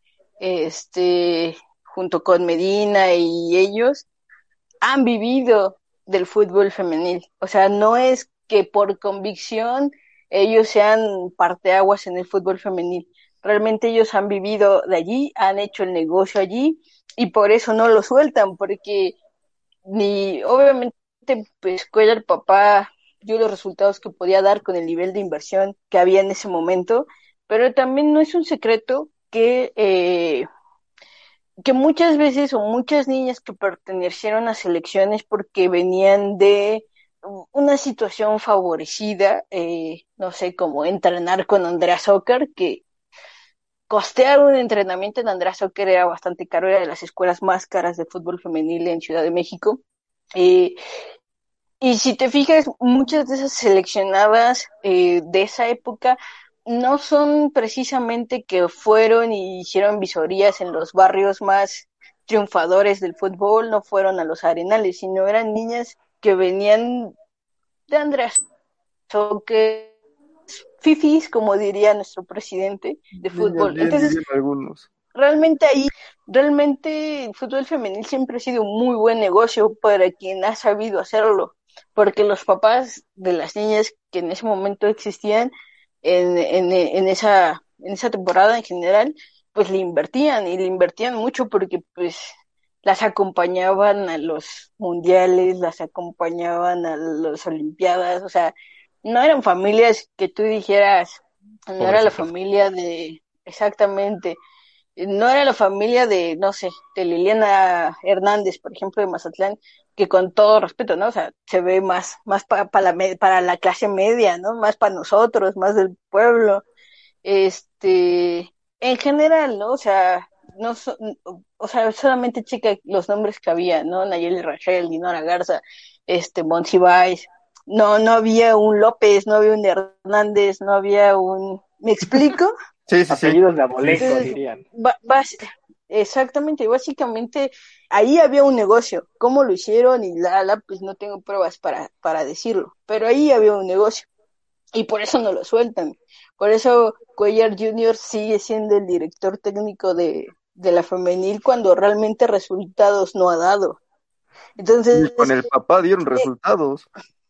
junto con Medina y ellos, han vivido del fútbol femenil. O sea, no es que por convicción ellos sean parteaguas en el fútbol femenil. Realmente ellos han vivido de allí, han hecho el negocio allí y por eso no lo sueltan, porque ni obviamente pues Cuellar papá dio los resultados que podía dar con el nivel de inversión que había en ese momento, pero también no es un secreto que muchas veces o muchas niñas que pertenecieron a selecciones porque venían de una situación favorecida, no sé, como entrenar con Andrea Soccer, que costear un entrenamiento en Andrea Soccer era bastante caro, era de las escuelas más caras de fútbol femenil en Ciudad de México. Eh, y si te fijas, muchas de esas seleccionadas de esa época no son precisamente que fueron y hicieron visorías en los barrios más triunfadores del fútbol, no fueron a los arenales, sino eran niñas que venían de Andrés Soccer, fifis, como diría nuestro presidente de Niñas fútbol. bien, Entonces, dirían algunos. realmente el fútbol femenil siempre ha sido un muy buen negocio para quien ha sabido hacerlo, porque los papás de las niñas que en ese momento existían en esa temporada en general, pues le invertían mucho porque pues las acompañaban a los mundiales, las acompañaban a las olimpiadas, o sea, no eran familias que tú dijeras, no era la Pobrecitos. familia de, exactamente, no era la familia de, no sé, de Liliana Hernández, por ejemplo, de Mazatlán, que con todo respeto, ¿no? O sea, se ve más para la clase media, ¿no? Más para nosotros, más del pueblo. En general, ¿no? O sea, no so- o sea, solamente checa los nombres que había, ¿no? Nayeli Rachel, Dinora Garza, Monsiváis. No había un López, no había un Hernández, no había un, ¿me explico? Sí, sí, sí. Apellidos de Sí, abolesco, Entonces, dirían. exactamente, básicamente ahí había un negocio. ¿Cómo lo hicieron? Y pues no tengo pruebas para decirlo, pero ahí había un negocio y por eso no lo sueltan. Por eso Cuellar Jr. sigue siendo el director técnico de la femenil cuando realmente resultados no ha dado. Y con Entonces, el papá dieron resultados.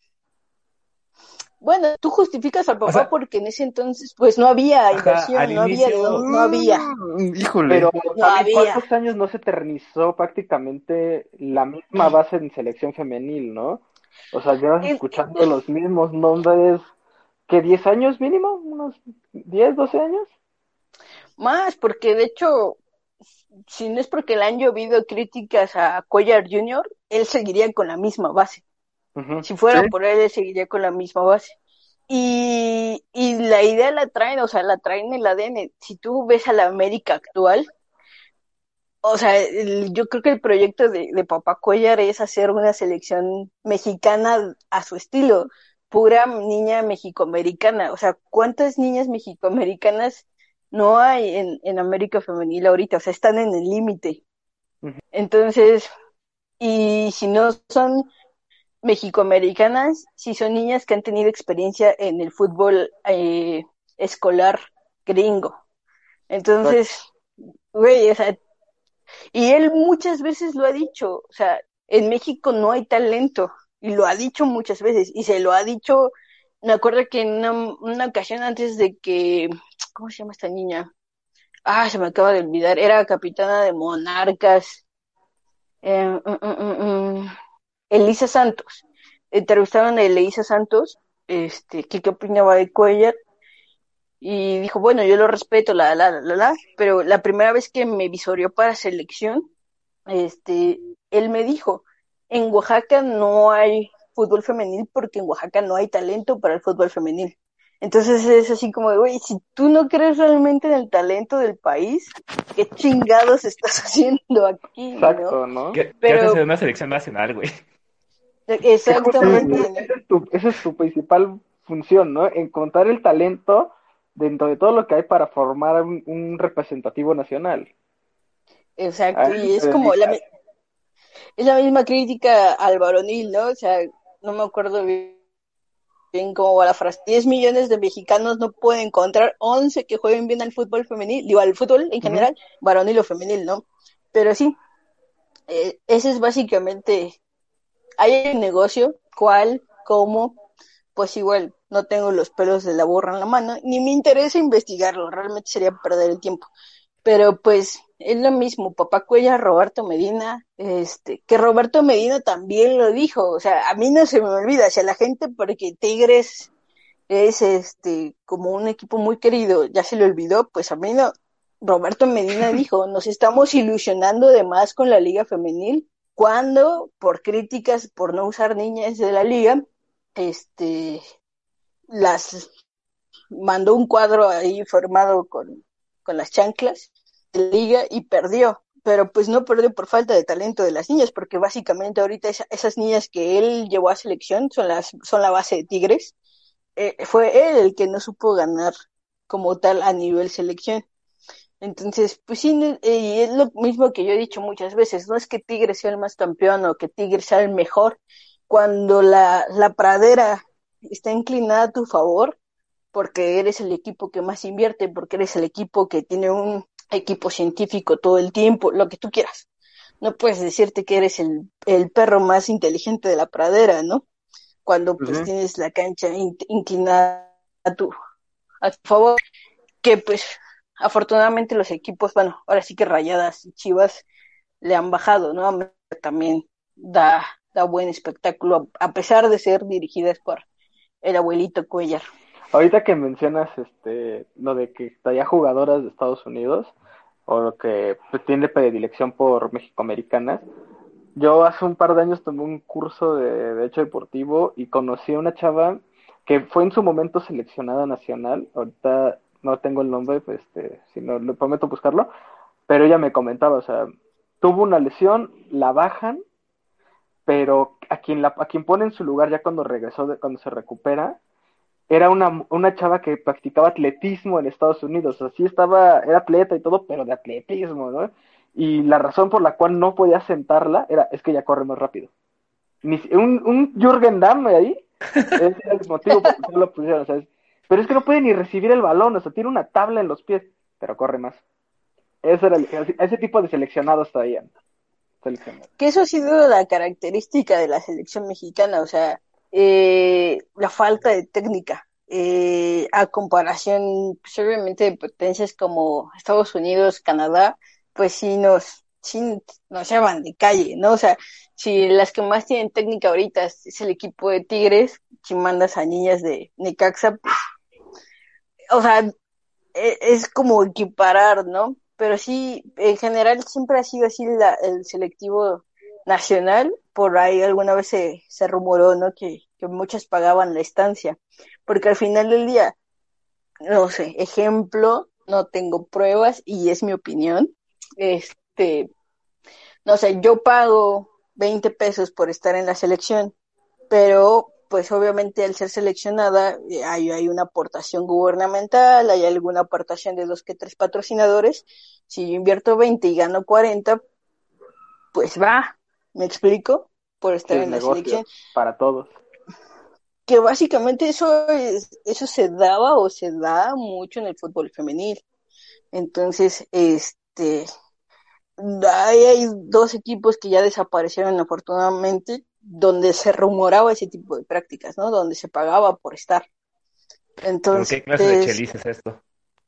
bueno, tú justificas al o papá sea, porque en ese entonces pues no había ajá, al inversión, no había de dónde, inicio, no había, Híjole. Pero no también, había. ¿cuántos años no se eternizó prácticamente la misma base en selección femenil, no? O sea, llevas Eh, escuchando los mismos nombres, ¿qué, 10 años mínimo? ¿Unos 10, 12 años? Más, porque de hecho, si no es porque le han llovido críticas a Cuellar Jr., él seguiría con la misma base. Ujú. Si Sí, fuera por él seguiría con la misma base. Y la idea la traen, o sea, la traen en el ADN. Si tú ves a la América actual, o sea, yo creo que el proyecto de Papá Cuellar es hacer una selección mexicana a su estilo. pura niña mexicoamericana. O sea, ¿cuántas niñas mexicoamericanas no hay en América Femenil ahorita? O sea, están en el límite. Ujú. Entonces, y si no son mexicoamericanas, si son niñas que han tenido experiencia en el fútbol escolar gringo. Entonces, güey, o sea, y él muchas veces lo ha dicho, o sea, en México no hay talento, y lo ha dicho muchas veces, y se lo ha dicho, me acuerdo que en una ocasión antes de que, ¿cómo se llama esta niña? Ah, se me acaba de olvidar, era capitana de Monarcas, eh, mm, mm, mm, mm, Elisa Santos. Entrevistaron a Elisa Santos, que qué opinaba de Cuellar, y dijo, bueno, yo lo respeto, pero la primera vez que me visorió para selección, él me dijo, en Oaxaca no hay fútbol femenil porque en Oaxaca no hay talento para el fútbol femenil. Entonces es así como de, güey, si tú no crees realmente en el talento del país, ¿qué chingados estás haciendo aquí, no? Exacto, ¿no? ¿Qué haces Pero en una selección nacional, güey? Que exactamente, justamente esa es tu principal función, ¿no? Encontrar el talento dentro de todo lo que hay para formar un representativo nacional. A exacto, eso y te es como dedicas. es la misma crítica al varonil, ¿no? O sea, no me acuerdo bien cómo va la frase. 10 millones de mexicanos no pueden encontrar 11 que jueguen bien al fútbol femenil, digo, al fútbol en Ujú. general, varonil o femenil, ¿no? Pero sí, ese es básicamente, hay un negocio, ¿cuál? ¿Cómo? Pues igual, no tengo los pelos de la burra en la mano, ni me interesa investigarlo, realmente sería perder el tiempo. Pero pues es lo mismo, papá Cuellar, Roberto Medina, que Roberto Medina también lo dijo, o sea, a mí no se me olvida, o sea, la gente porque Tigres es como un equipo muy querido, ya se le olvidó, pues a mí no. Roberto Medina dijo, nos estamos ilusionando de más con la liga femenil, cuando por críticas por no usar niñas de la liga, las mandó un cuadro ahí formado con las chanclas de la liga y perdió. Pero pues no perdió por falta de talento de las niñas, porque básicamente ahorita esas niñas que él llevó a selección son la base de Tigres. Fue él el que no supo ganar como tal a nivel selección. Entonces, pues sí, y es lo mismo que yo he dicho muchas veces, no es que Tigres sea el más campeón o que Tigres sea el mejor, cuando la pradera está inclinada a tu favor, porque eres el equipo que más invierte, porque eres el equipo que tiene un equipo científico todo el tiempo, lo que tú quieras. No puedes decirte que eres el perro más inteligente de la pradera, ¿no? Cuando Pues pues sí. tienes la cancha inclinada a tu favor, que pues afortunadamente los equipos, bueno, ahora sí que Rayadas y Chivas le han bajado, ¿no? También da buen espectáculo, a pesar de ser dirigidas por el abuelito Cuellar. Ahorita que mencionas lo de que haya jugadoras de Estados Unidos o lo que pues, tiene predilección por mexicoamericanas, yo hace un par de años tomé un curso de Derecho Deportivo y conocí a una chava que fue en su momento seleccionada nacional. Ahorita no tengo el nombre, pues, si no, le prometo buscarlo, pero ella me comentaba, o sea, tuvo una lesión, la bajan, pero a quien pone en su lugar ya cuando regresó, cuando se recupera, era una chava que practicaba atletismo en Estados Unidos. Así estaba, era atleta y todo, pero de atletismo, ¿no? Y la razón por la cual no podía sentarla es que ella corre más rápido. Un Jürgen Damm ahí, ese era el motivo por el que no lo pusieron, o sea, pero es que no puede ni recibir el balón, o sea, tiene una tabla en los pies, pero corre más. Ese tipo de seleccionados traían. Seleccionados. Que eso ha sido la característica de la selección mexicana, o sea, la falta de técnica, a comparación, pues, obviamente, de potencias como Estados Unidos, Canadá, pues sí nos llevan de calle, ¿no? O sea, si las que más tienen técnica ahorita es el equipo de Tigres, si mandas a niñas de Necaxa, pues, o sea, es como equiparar, ¿no? Pero sí, en general siempre ha sido así el selectivo nacional. Por ahí alguna vez se rumoró, ¿no? Que muchas pagaban la estancia. Porque al final del día, no sé, ejemplo, no tengo pruebas y es mi opinión. Este, no sé, yo pago 20 pesos por estar en la selección, pero pues obviamente al ser seleccionada hay una aportación gubernamental, hay alguna aportación de 2 que 3 patrocinadores. Si yo invierto 20 y gano 40, pues va, ¿me explico? Por estar Sí, en la negocio selección. para todos. Que básicamente eso se daba o se da mucho en el fútbol femenil. Entonces, hay 2 equipos que ya desaparecieron afortunadamente, donde se rumoraba ese tipo de prácticas, ¿no? Donde se pagaba por estar. ¿Pero Entonces, qué clase de chelice es esto?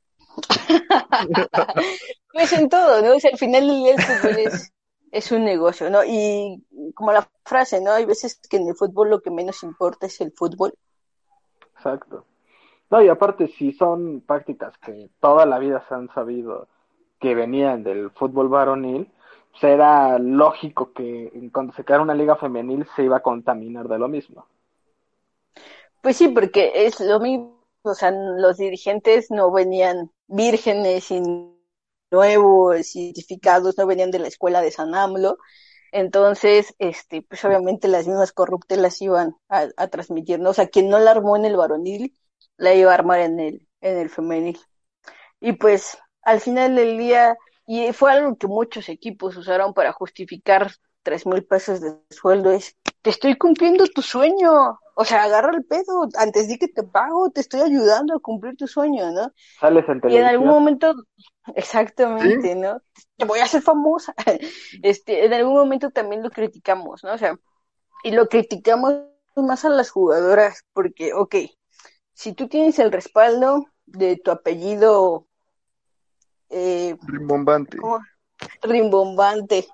pues en todo, ¿no? O sea, al final del día el fútbol es un negocio, ¿no? Y como la frase, ¿no? Hay veces que en el fútbol lo que menos importa es el fútbol. Exacto. No, y aparte, si son prácticas que toda la vida se han sabido que venían del fútbol varonil, pues era lógico que cuando se creara una liga femenil se iba a contaminar de lo mismo. Pues sí, porque es lo mismo, o sea, los dirigentes no venían vírgenes y nuevos, identificados, no venían de la escuela de San AMLO, entonces, pues obviamente las mismas corruptelas iban a transmitir, ¿no? O sea, quien no la armó en el varonil, la iba a armar en el femenil. Y pues, al final del día, y fue algo que muchos equipos usaron para justificar 3,000 pesos de sueldo, es, te estoy cumpliendo tu sueño, o sea, agarra el pedo, antes de que te pago, te estoy ayudando a cumplir tu sueño, ¿no? Sales en Y en algún televisión. momento, Sí, exactamente, ¿no? Te voy a hacer famosa. En algún momento también lo criticamos, ¿no? O sea, y lo criticamos más a las jugadoras, porque, ok, si tú tienes el respaldo de tu apellido, rimbombante. ¿cómo? Rimbombante,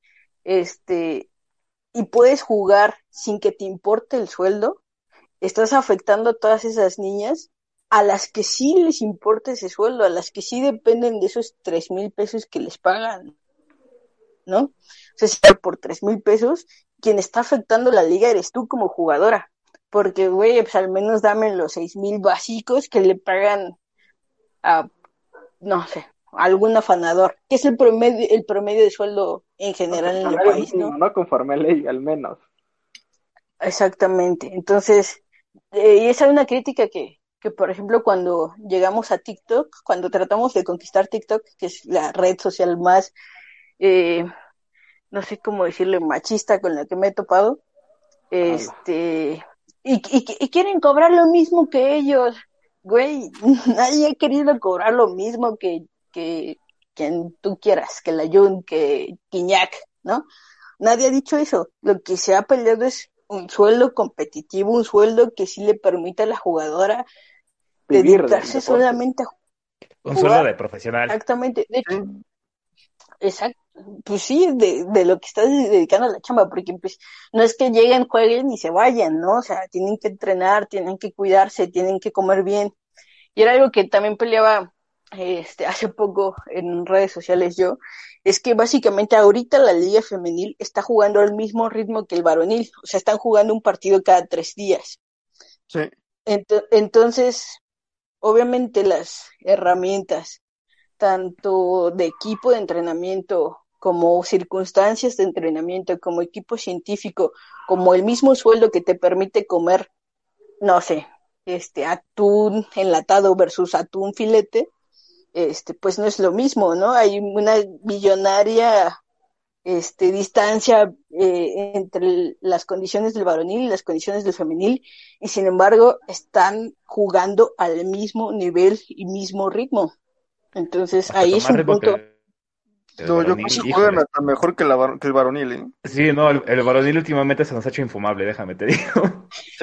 este, y puedes jugar sin que te importe el sueldo, estás afectando a todas esas niñas a las que sí les importa ese sueldo, a las que sí dependen de esos 3,000 pesos que les pagan, ¿no? O sea, si por 3,000 pesos, quien está afectando la liga eres tú como jugadora, porque, güey, pues al menos dame los 6,000 básicos que le pagan a, no sé, algún afanador, que es el promedio de sueldo en No, general pues, en el salario país, mínimo, ¿no? ¿no? Conforme a ley, al menos. Exactamente. Entonces, y esa es una crítica que, por ejemplo, cuando llegamos a TikTok, cuando tratamos de conquistar TikTok, que es la red social más, eh, no sé cómo decirle, machista con la que me he topado, Ala. y quieren cobrar lo mismo que ellos. Güey, nadie ha querido cobrar lo mismo que quien tú quieras, que la Jun, que Guiñac, ¿no? Nadie ha dicho eso. Lo que se ha peleado es un sueldo competitivo, un sueldo que sí le permita a la jugadora Vivir del dedicarse deporte. solamente a Un sueldo jugar. de profesional. Exactamente. De Sí, hecho, exacto. Pues sí, de lo que estás dedicando a la chamba, porque pues no es que lleguen, jueguen y se vayan, ¿no? O sea, tienen que entrenar, tienen que cuidarse, tienen que comer bien. Y era algo que también peleaba hace poco en redes sociales yo, es que básicamente ahorita la liga femenil está jugando al mismo ritmo que el varonil, o sea, están jugando un partido cada 3 días. sí. Entonces, obviamente las herramientas, tanto de equipo de entrenamiento como circunstancias de entrenamiento, como equipo científico, como el mismo sueldo que te permite comer, no sé, atún enlatado versus atún filete, pues no es lo mismo, ¿no? Hay una billonaria distancia entre las condiciones del varonil y las condiciones del femenil, y sin embargo están jugando al mismo nivel y mismo ritmo. Entonces Hasta ahí con es más un ritmo punto. que el No, yo creo varonil, que juegan híjole. hasta mejor que, que el varonil, ¿eh? Sí, no, el varonil últimamente se nos ha hecho infumable, déjame te digo. Sí.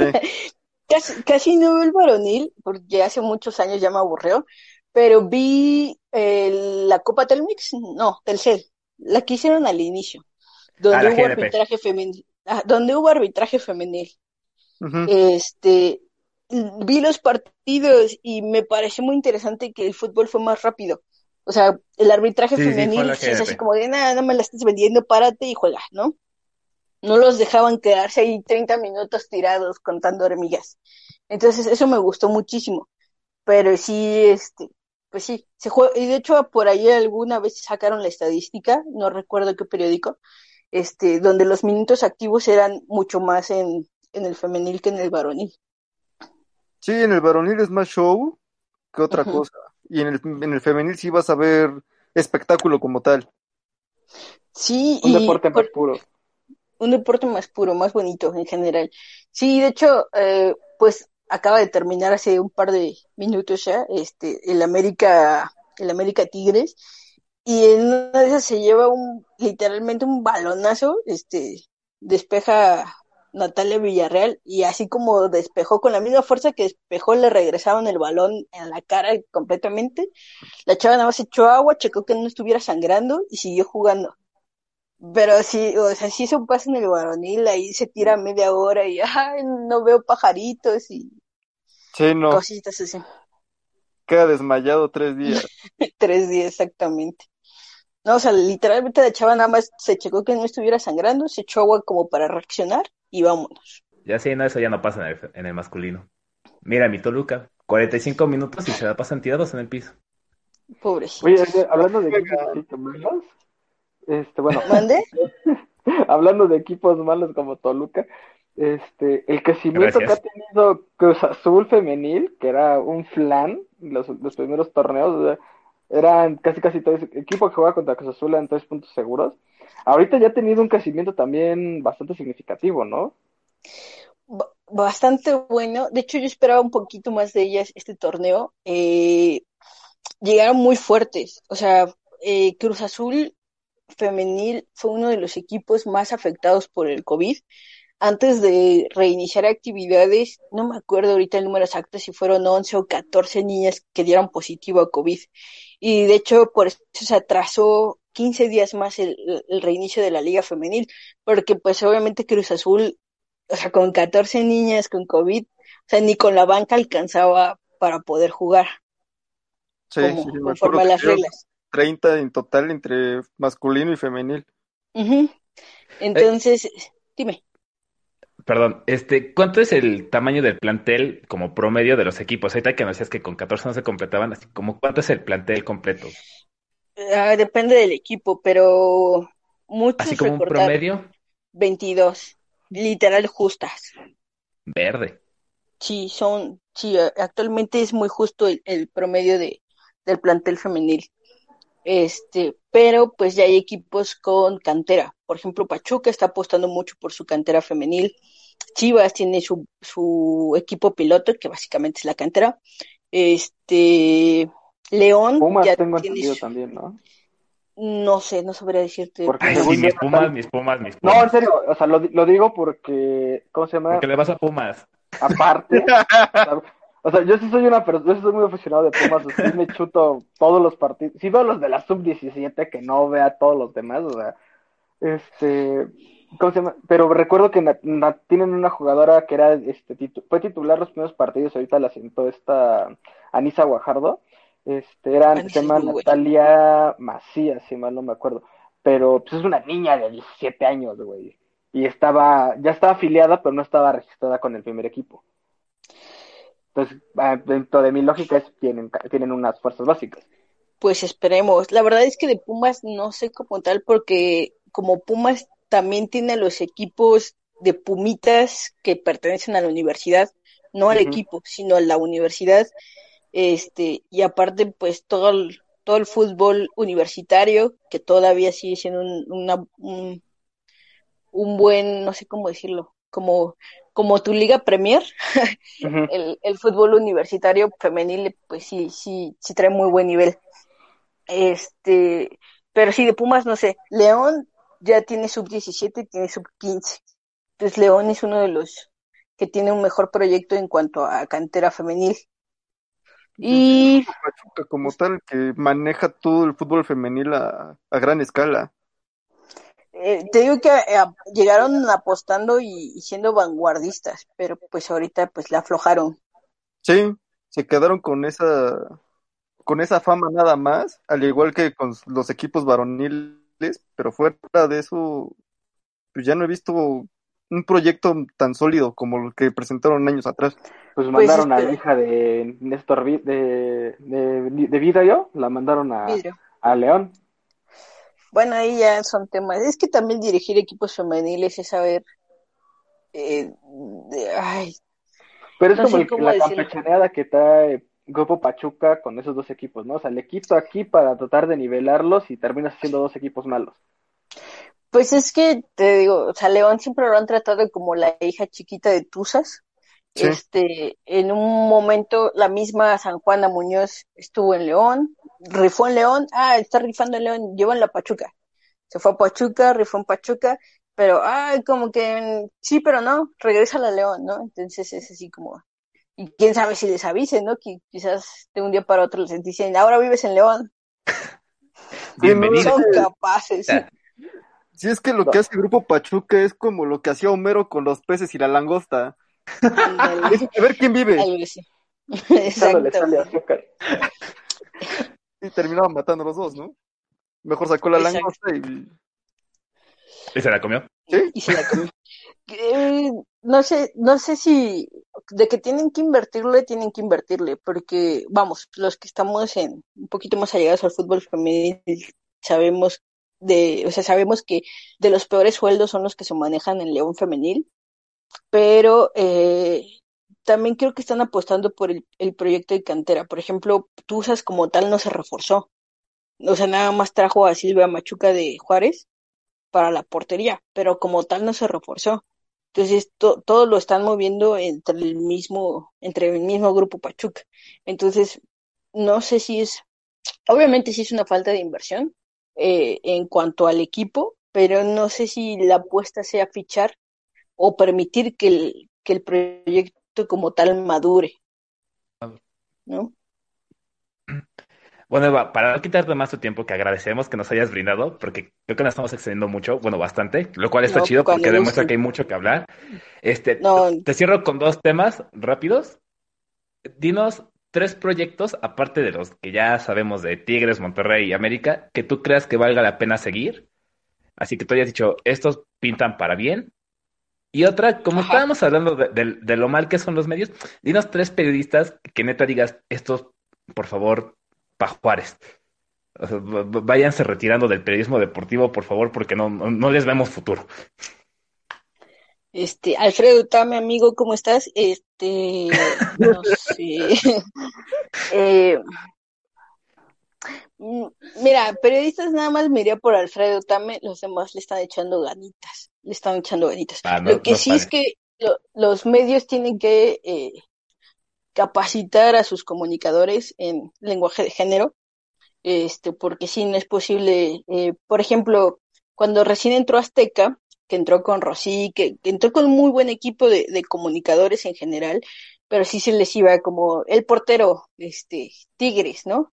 Casi no veo el varonil, porque hace muchos años ya me aburrió, pero vi la Copa Telmex, no, Telcel, la que hicieron al inicio, Ah, donde la hubo GNP. arbitraje femenil, donde hubo arbitraje femenil. Ujú. Este, vi los partidos y me pareció muy interesante que el fútbol fue más rápido. O sea, el arbitraje Sí, sí, fue femenil la sí es así GNP. como de, nada, no me la estés vendiendo, párate y juega, ¿no? No los dejaban quedarse ahí 30 minutos tirados contando hormigas. Entonces, eso me gustó muchísimo. Pero sí, pues sí, se juega, y de hecho por ahí alguna vez sacaron la estadística, no recuerdo qué periódico, donde los minutos activos eran mucho más en el femenil que en el varonil. Sí, en el varonil es más show que otra Ujú. cosa. Y en el femenil sí vas a ver espectáculo como tal. Sí, Un y deporte más puro. un deporte más puro, más bonito en general. Sí, de hecho, pues acaba de terminar hace un par de minutos ya, el América Tigres, y en una de esas se lleva literalmente un balonazo, despeja Natalia Villarreal, y así como despejó con la misma fuerza que despejó, le regresaron el balón en la cara completamente. La chava nada más echó agua, checó que no estuviera sangrando y siguió jugando. Pero sí, o sea, sí se pasa en el varonil, ahí se tira media hora y ay, no veo pajaritos y Sí, no, cositas así. queda desmayado 3 días. 3 días exactamente. No, o sea, literalmente la chava nada más se checó que no estuviera sangrando, se echó agua como para reaccionar y vámonos. Ya sí, no, eso ya no pasa en el masculino. Mira, mi Toluca, 45 minutos y se la pasan tirados en el piso. Oye, Pobrecitos. hablando de equipos así que malos, bueno, ¿Mande? hablando de equipos malos como Toluca, el crecimiento que ha Gracias. tenido Cruz Azul femenil, que era un flan, los primeros torneos, o sea, eran casi todo ese equipo que jugaba contra Cruz Azul eran 3 puntos seguros. Ahorita ya ha tenido un crecimiento también bastante significativo, ¿no? Bastante bueno. De hecho, yo esperaba un poquito más de ellas este torneo. Llegaron muy fuertes. O sea, Cruz Azul femenil fue uno de los equipos más afectados por el COVID. Antes de reiniciar actividades, no me acuerdo ahorita el número exacto si fueron 11 o 14 niñas que dieron positivo a COVID. Y de hecho, por eso se atrasó 15 días más el reinicio de la liga femenil, porque pues obviamente Cruz Azul, o sea, con 14 niñas con COVID, o sea, ni con la banca alcanzaba para poder jugar Sí, sí, como me acuerdo conforme a que las dieron reglas. 30 en total entre masculino y femenil. Ujú. Eh, Entonces, dime. Perdón, ¿cuánto es el tamaño del plantel como promedio de los equipos? Ahorita que me decías que con 14 no se completaban, así como ¿cuánto es el plantel completo? Depende del equipo, pero Así muchos como un recordaron promedio 22, literal justas. verde. Sí, actualmente es muy justo el promedio del plantel femenil. Pero pues ya hay equipos con cantera. Por ejemplo, Pachuca está apostando mucho por su cantera femenil. Chivas tiene su equipo piloto, que básicamente es la cantera. León Pumas ya tengo tiene entendido también, ¿no? no sé, no sabría decirte de Porque Ay, sí, según yo Pumas. mis no Pumas, están... mis Pumas, mis No, en Pumas. serio, o sea, lo digo porque, ¿cómo se llama? Porque le vas a Pumas. Aparte, o sea, yo sí soy yo sí soy muy aficionado de Pumas, o sea, sí me chuto todos los partidos, sí veo los de la sub-17 que no vea todos los demás, o sea, este, ¿cómo se llama? Pero recuerdo que tienen una jugadora que era, fue titular los primeros partidos, ahorita la sentó esta Anisa Guajardo, se Anís es llama muy buena. Natalia Macías, si mal no me acuerdo, pero pues es una niña de 17 años, güey, y ya estaba afiliada, pero no estaba registrada con el primer equipo. Entonces, dentro de mi lógica tienen unas fuerzas básicas. Pues esperemos. La verdad es que de Pumas no sé como tal, porque como Pumas también tiene los equipos de Pumitas que pertenecen a la universidad, no al Ujú. equipo, sino a la universidad, y aparte pues todo el fútbol universitario, que todavía sigue siendo un buen, no sé cómo decirlo, como tu Liga Premier, Ujú. el fútbol universitario femenil, pues sí trae muy buen nivel. Este, pero sí, de Pumas, no sé. León ya tiene sub-17 tiene sub-15. Entonces, León es uno de los que tiene un mejor proyecto en cuanto a cantera femenil. Pues en sí, el Y mismo Pachuca como tal, que maneja todo el fútbol femenil a gran escala. te digo que llegaron apostando y siendo vanguardistas, pero pues ahorita pues la aflojaron. Sí, se quedaron con esa fama nada más, al igual que con los equipos varoniles, pero fuera de eso, pues ya no he visto un proyecto tan sólido como el que presentaron años atrás. Pues Pues mandaron a la hija de Néstor de Vidrio, la mandaron vidrio. a León. Bueno, ahí ya son temas. Es que también dirigir equipos femeniles es saber Ay, Pero es no como sé cómo la decirlo. campechaneada que trae Grupo Pachuca con esos dos equipos, ¿no? O sea, le quito aquí para tratar de nivelarlos y terminas haciendo dos equipos malos. Pues es que te digo, o sea, León siempre lo han tratado como la hija chiquita de Tuzas. Sí. En un momento la misma San Juana Muñoz estuvo en León, rifó en León, está rifando en León, llevó en la Pachuca. Se fue a Pachuca, rifó en Pachuca, pero como que sí, pero no, regresa a la León, ¿no? Entonces es así como, y quién sabe si les avisen, ¿no? Que quizás de un día para otro les dicen, ahora vives en León. Sí, no, Bienvenido. Son capaces. sí, es que lo que No, hace el Grupo Pachuca es como lo que hacía Homero con los peces y la langosta. Ándale, Es a ver quién vive. algo así. echándole sal y Exactamente. azúcar. Y terminaban matando a los dos, ¿no? Mejor sacó la Exacto. langosta y... ¿Y se la comió? ¿Sí? Y se la comió. No sé si de que tienen que invertirle, porque vamos, los que estamos en un poquito más allegados al fútbol femenil sabemos sabemos que de los peores sueldos son los que se manejan en León femenil, pero también creo que están apostando por el proyecto de cantera. Por ejemplo, Tuzas como tal no se reforzó, o sea, nada más trajo a Silvia Machuca de Juárez para la portería, pero como tal no se reforzó. Entonces todo lo están moviendo entre el mismo grupo Pachuca. Entonces, no sé si obviamente sí es una falta de inversión en cuanto al equipo, pero no sé si la apuesta sea fichar o permitir que el proyecto como tal madure, ¿no? Bueno, Eva, para no quitarte más tu tiempo, que agradecemos que nos hayas brindado, porque creo que nos estamos excediendo mucho, bueno, bastante, lo cual está No, chido cuando porque demuestra que gusten. hay mucho que hablar. Te No, te cierro con dos temas rápidos. Dinos tres proyectos, aparte de los que ya sabemos de Tigres, Monterrey y América, que tú creas que valga la pena seguir. Así que tú hayas dicho, estos pintan para bien. Y otra, como ajá. estábamos hablando de lo mal que son los medios, dinos tres periodistas que neta digas, estos, por favor, pa' Juárez. O sea, váyanse retirando del periodismo deportivo, por favor, porque no les vemos futuro. Alfredo Tame, amigo, ¿cómo estás? No sé. Eh, mm, Mira, periodistas nada más me iría por Alfredo Tame, los demás le están echando ganitas, le están echando ganitas. No, Lo que no sí es sale. que los medios tienen que capacitar a sus comunicadores en lenguaje de género, porque sí, no es posible, por ejemplo, cuando recién entró Azteca, que entró con Rosy, que entró con un muy buen equipo de comunicadores en general, pero sí se les iba como el portero, Tigres, ¿no?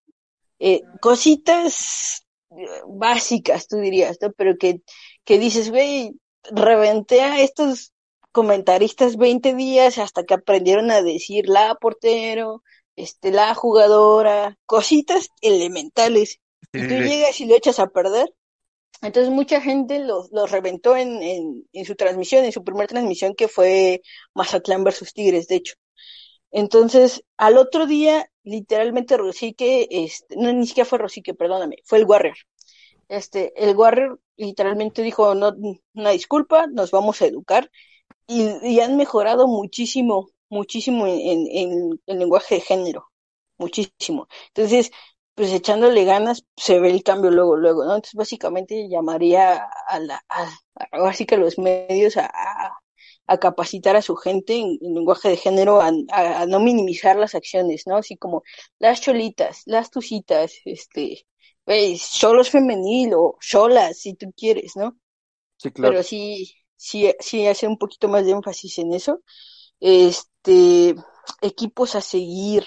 Cositas básicas, tú dirías, ¿no? Pero que dices, güey, reventé a estos comentaristas 20 días hasta que aprendieron a decir la portero, la jugadora, cositas elementales, Sí, y tú sí, sí. llegas y lo echas a perder. Entonces mucha gente los reventó en su transmisión, en su primera transmisión que fue Mazatlán versus Tigres, de hecho. Entonces, al otro día, literalmente Rosique, no, ni siquiera fue Rosique, perdóname, fue el Warrior. El Warrior literalmente dijo, no, una disculpa, nos vamos a educar y han mejorado muchísimo, muchísimo en el lenguaje de género, muchísimo. Entonces, pues echándole ganas, se ve el cambio luego, luego, ¿no? Entonces, básicamente llamaría ahora sí que a los medios a capacitar a su gente en lenguaje de género, a no minimizar las acciones, ¿no? Así como las cholitas, las tucitas, güey, solo es femenil o solas, si tú quieres, ¿no? Sí, claro. Pero sí hace un poquito más de énfasis en eso. Este, equipos a seguir.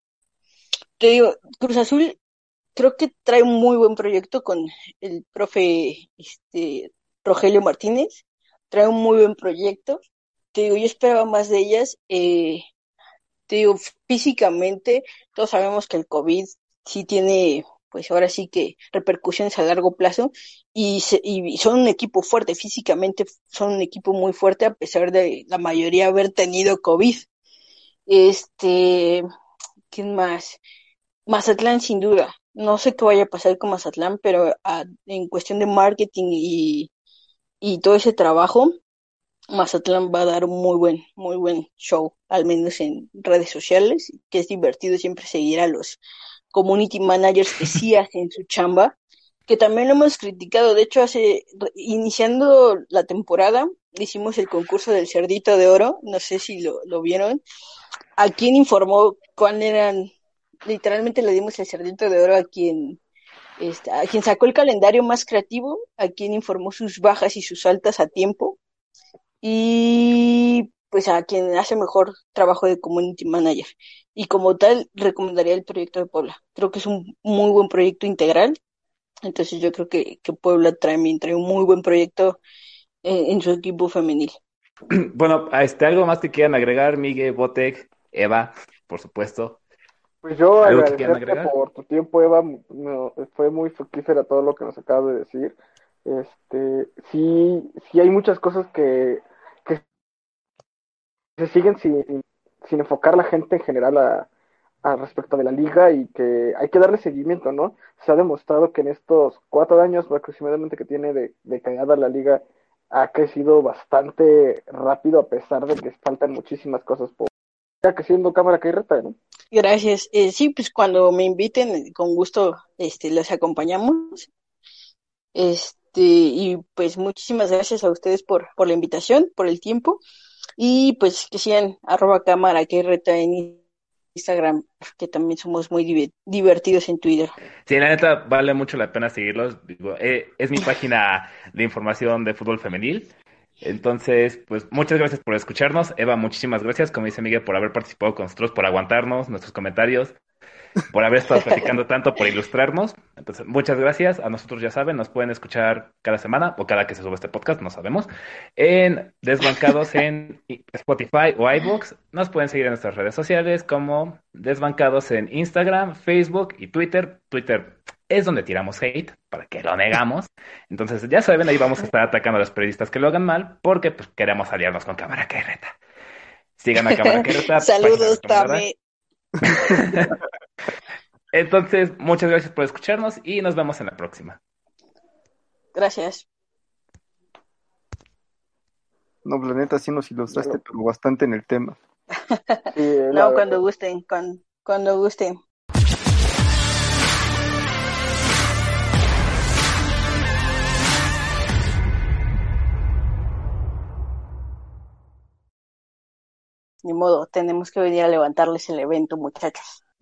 Te digo, Cruz Azul creo que trae un muy buen proyecto con el profe Rogelio Martínez. Trae un muy buen proyecto. Te digo, yo esperaba más de ellas. Te digo, físicamente, todos sabemos que el COVID sí tiene, pues ahora sí que repercusiones a largo plazo y son un equipo fuerte, físicamente son un equipo muy fuerte a pesar de la mayoría haber tenido COVID. Este, ¿Quién más? Mazatlán sin duda. No sé qué vaya a pasar con Mazatlán, pero en cuestión de marketing y todo ese trabajo, Mazatlán va a dar un muy buen show, al menos en redes sociales, que es divertido siempre seguir a los community managers que sí hacen su chamba, que también lo hemos criticado. De hecho, iniciando la temporada, hicimos el concurso del Cerdito de Oro, no sé si lo vieron. ¿A quién informó cuál eran? Literalmente le dimos el Cerdito de Oro a quien sacó el calendario más creativo, a quien informó sus bajas y sus altas a tiempo, y pues a quien hace mejor trabajo de community manager. Y como tal, recomendaría el proyecto de Puebla. Creo que es un muy buen proyecto integral. Entonces yo creo que Puebla trae un muy buen proyecto en su equipo femenil. Bueno, algo más que quieran agregar, Miguel, Botek, Eva, por supuesto. Pues yo ¿Algo que quieran agradecerte agregar? por tu tiempo, Eva. Fue muy fructífera todo lo que nos acabas de decir. Sí hay muchas cosas que se siguen sin enfocar la gente en general a respecto de la liga y que hay que darle seguimiento, ¿no? Se ha demostrado que en estos 4 años aproximadamente que tiene de creada la liga ha crecido bastante rápido a pesar de que faltan muchísimas cosas por ya creciendo cámara que hay reta, ¿no? Gracias. Sí, pues cuando me inviten, con gusto, les acompañamos. Y pues muchísimas gracias a ustedes por la invitación, por el tiempo. Y pues que sigan @cámara que reta en Instagram, que también somos muy divertidos en Twitter. Sí, la neta vale mucho la pena seguirlos. Digo, es mi página de información de fútbol femenil. Entonces, pues muchas gracias por escucharnos. Eva, muchísimas gracias, como dice Miguel, por haber participado con nosotros, por aguantarnos nuestros comentarios, por haber estado platicando tanto, por ilustrarnos. Entonces, muchas gracias. A nosotros, ya saben, nos pueden escuchar cada semana o cada que se sube este podcast, no sabemos, en Desbancados en Spotify o iVoox. Nos pueden seguir en nuestras redes sociales como Desbancados en Instagram, Facebook y Twitter. Twitter es donde tiramos hate, para que lo negamos. Entonces, ya saben, ahí vamos a estar atacando a los periodistas que lo hagan mal, porque pues queremos aliarnos con Cámara Carreta. Sigan a Cámara Carreta, página Saludos, recomendada. Tame. Entonces, muchas gracias por escucharnos y nos vemos en la próxima. Gracias. No, la neta sí nos ilustraste, pero bastante en el tema. Sí, No, cuando gusten, cuando gusten. Ni modo, tenemos que venir a levantarles el evento, muchachos.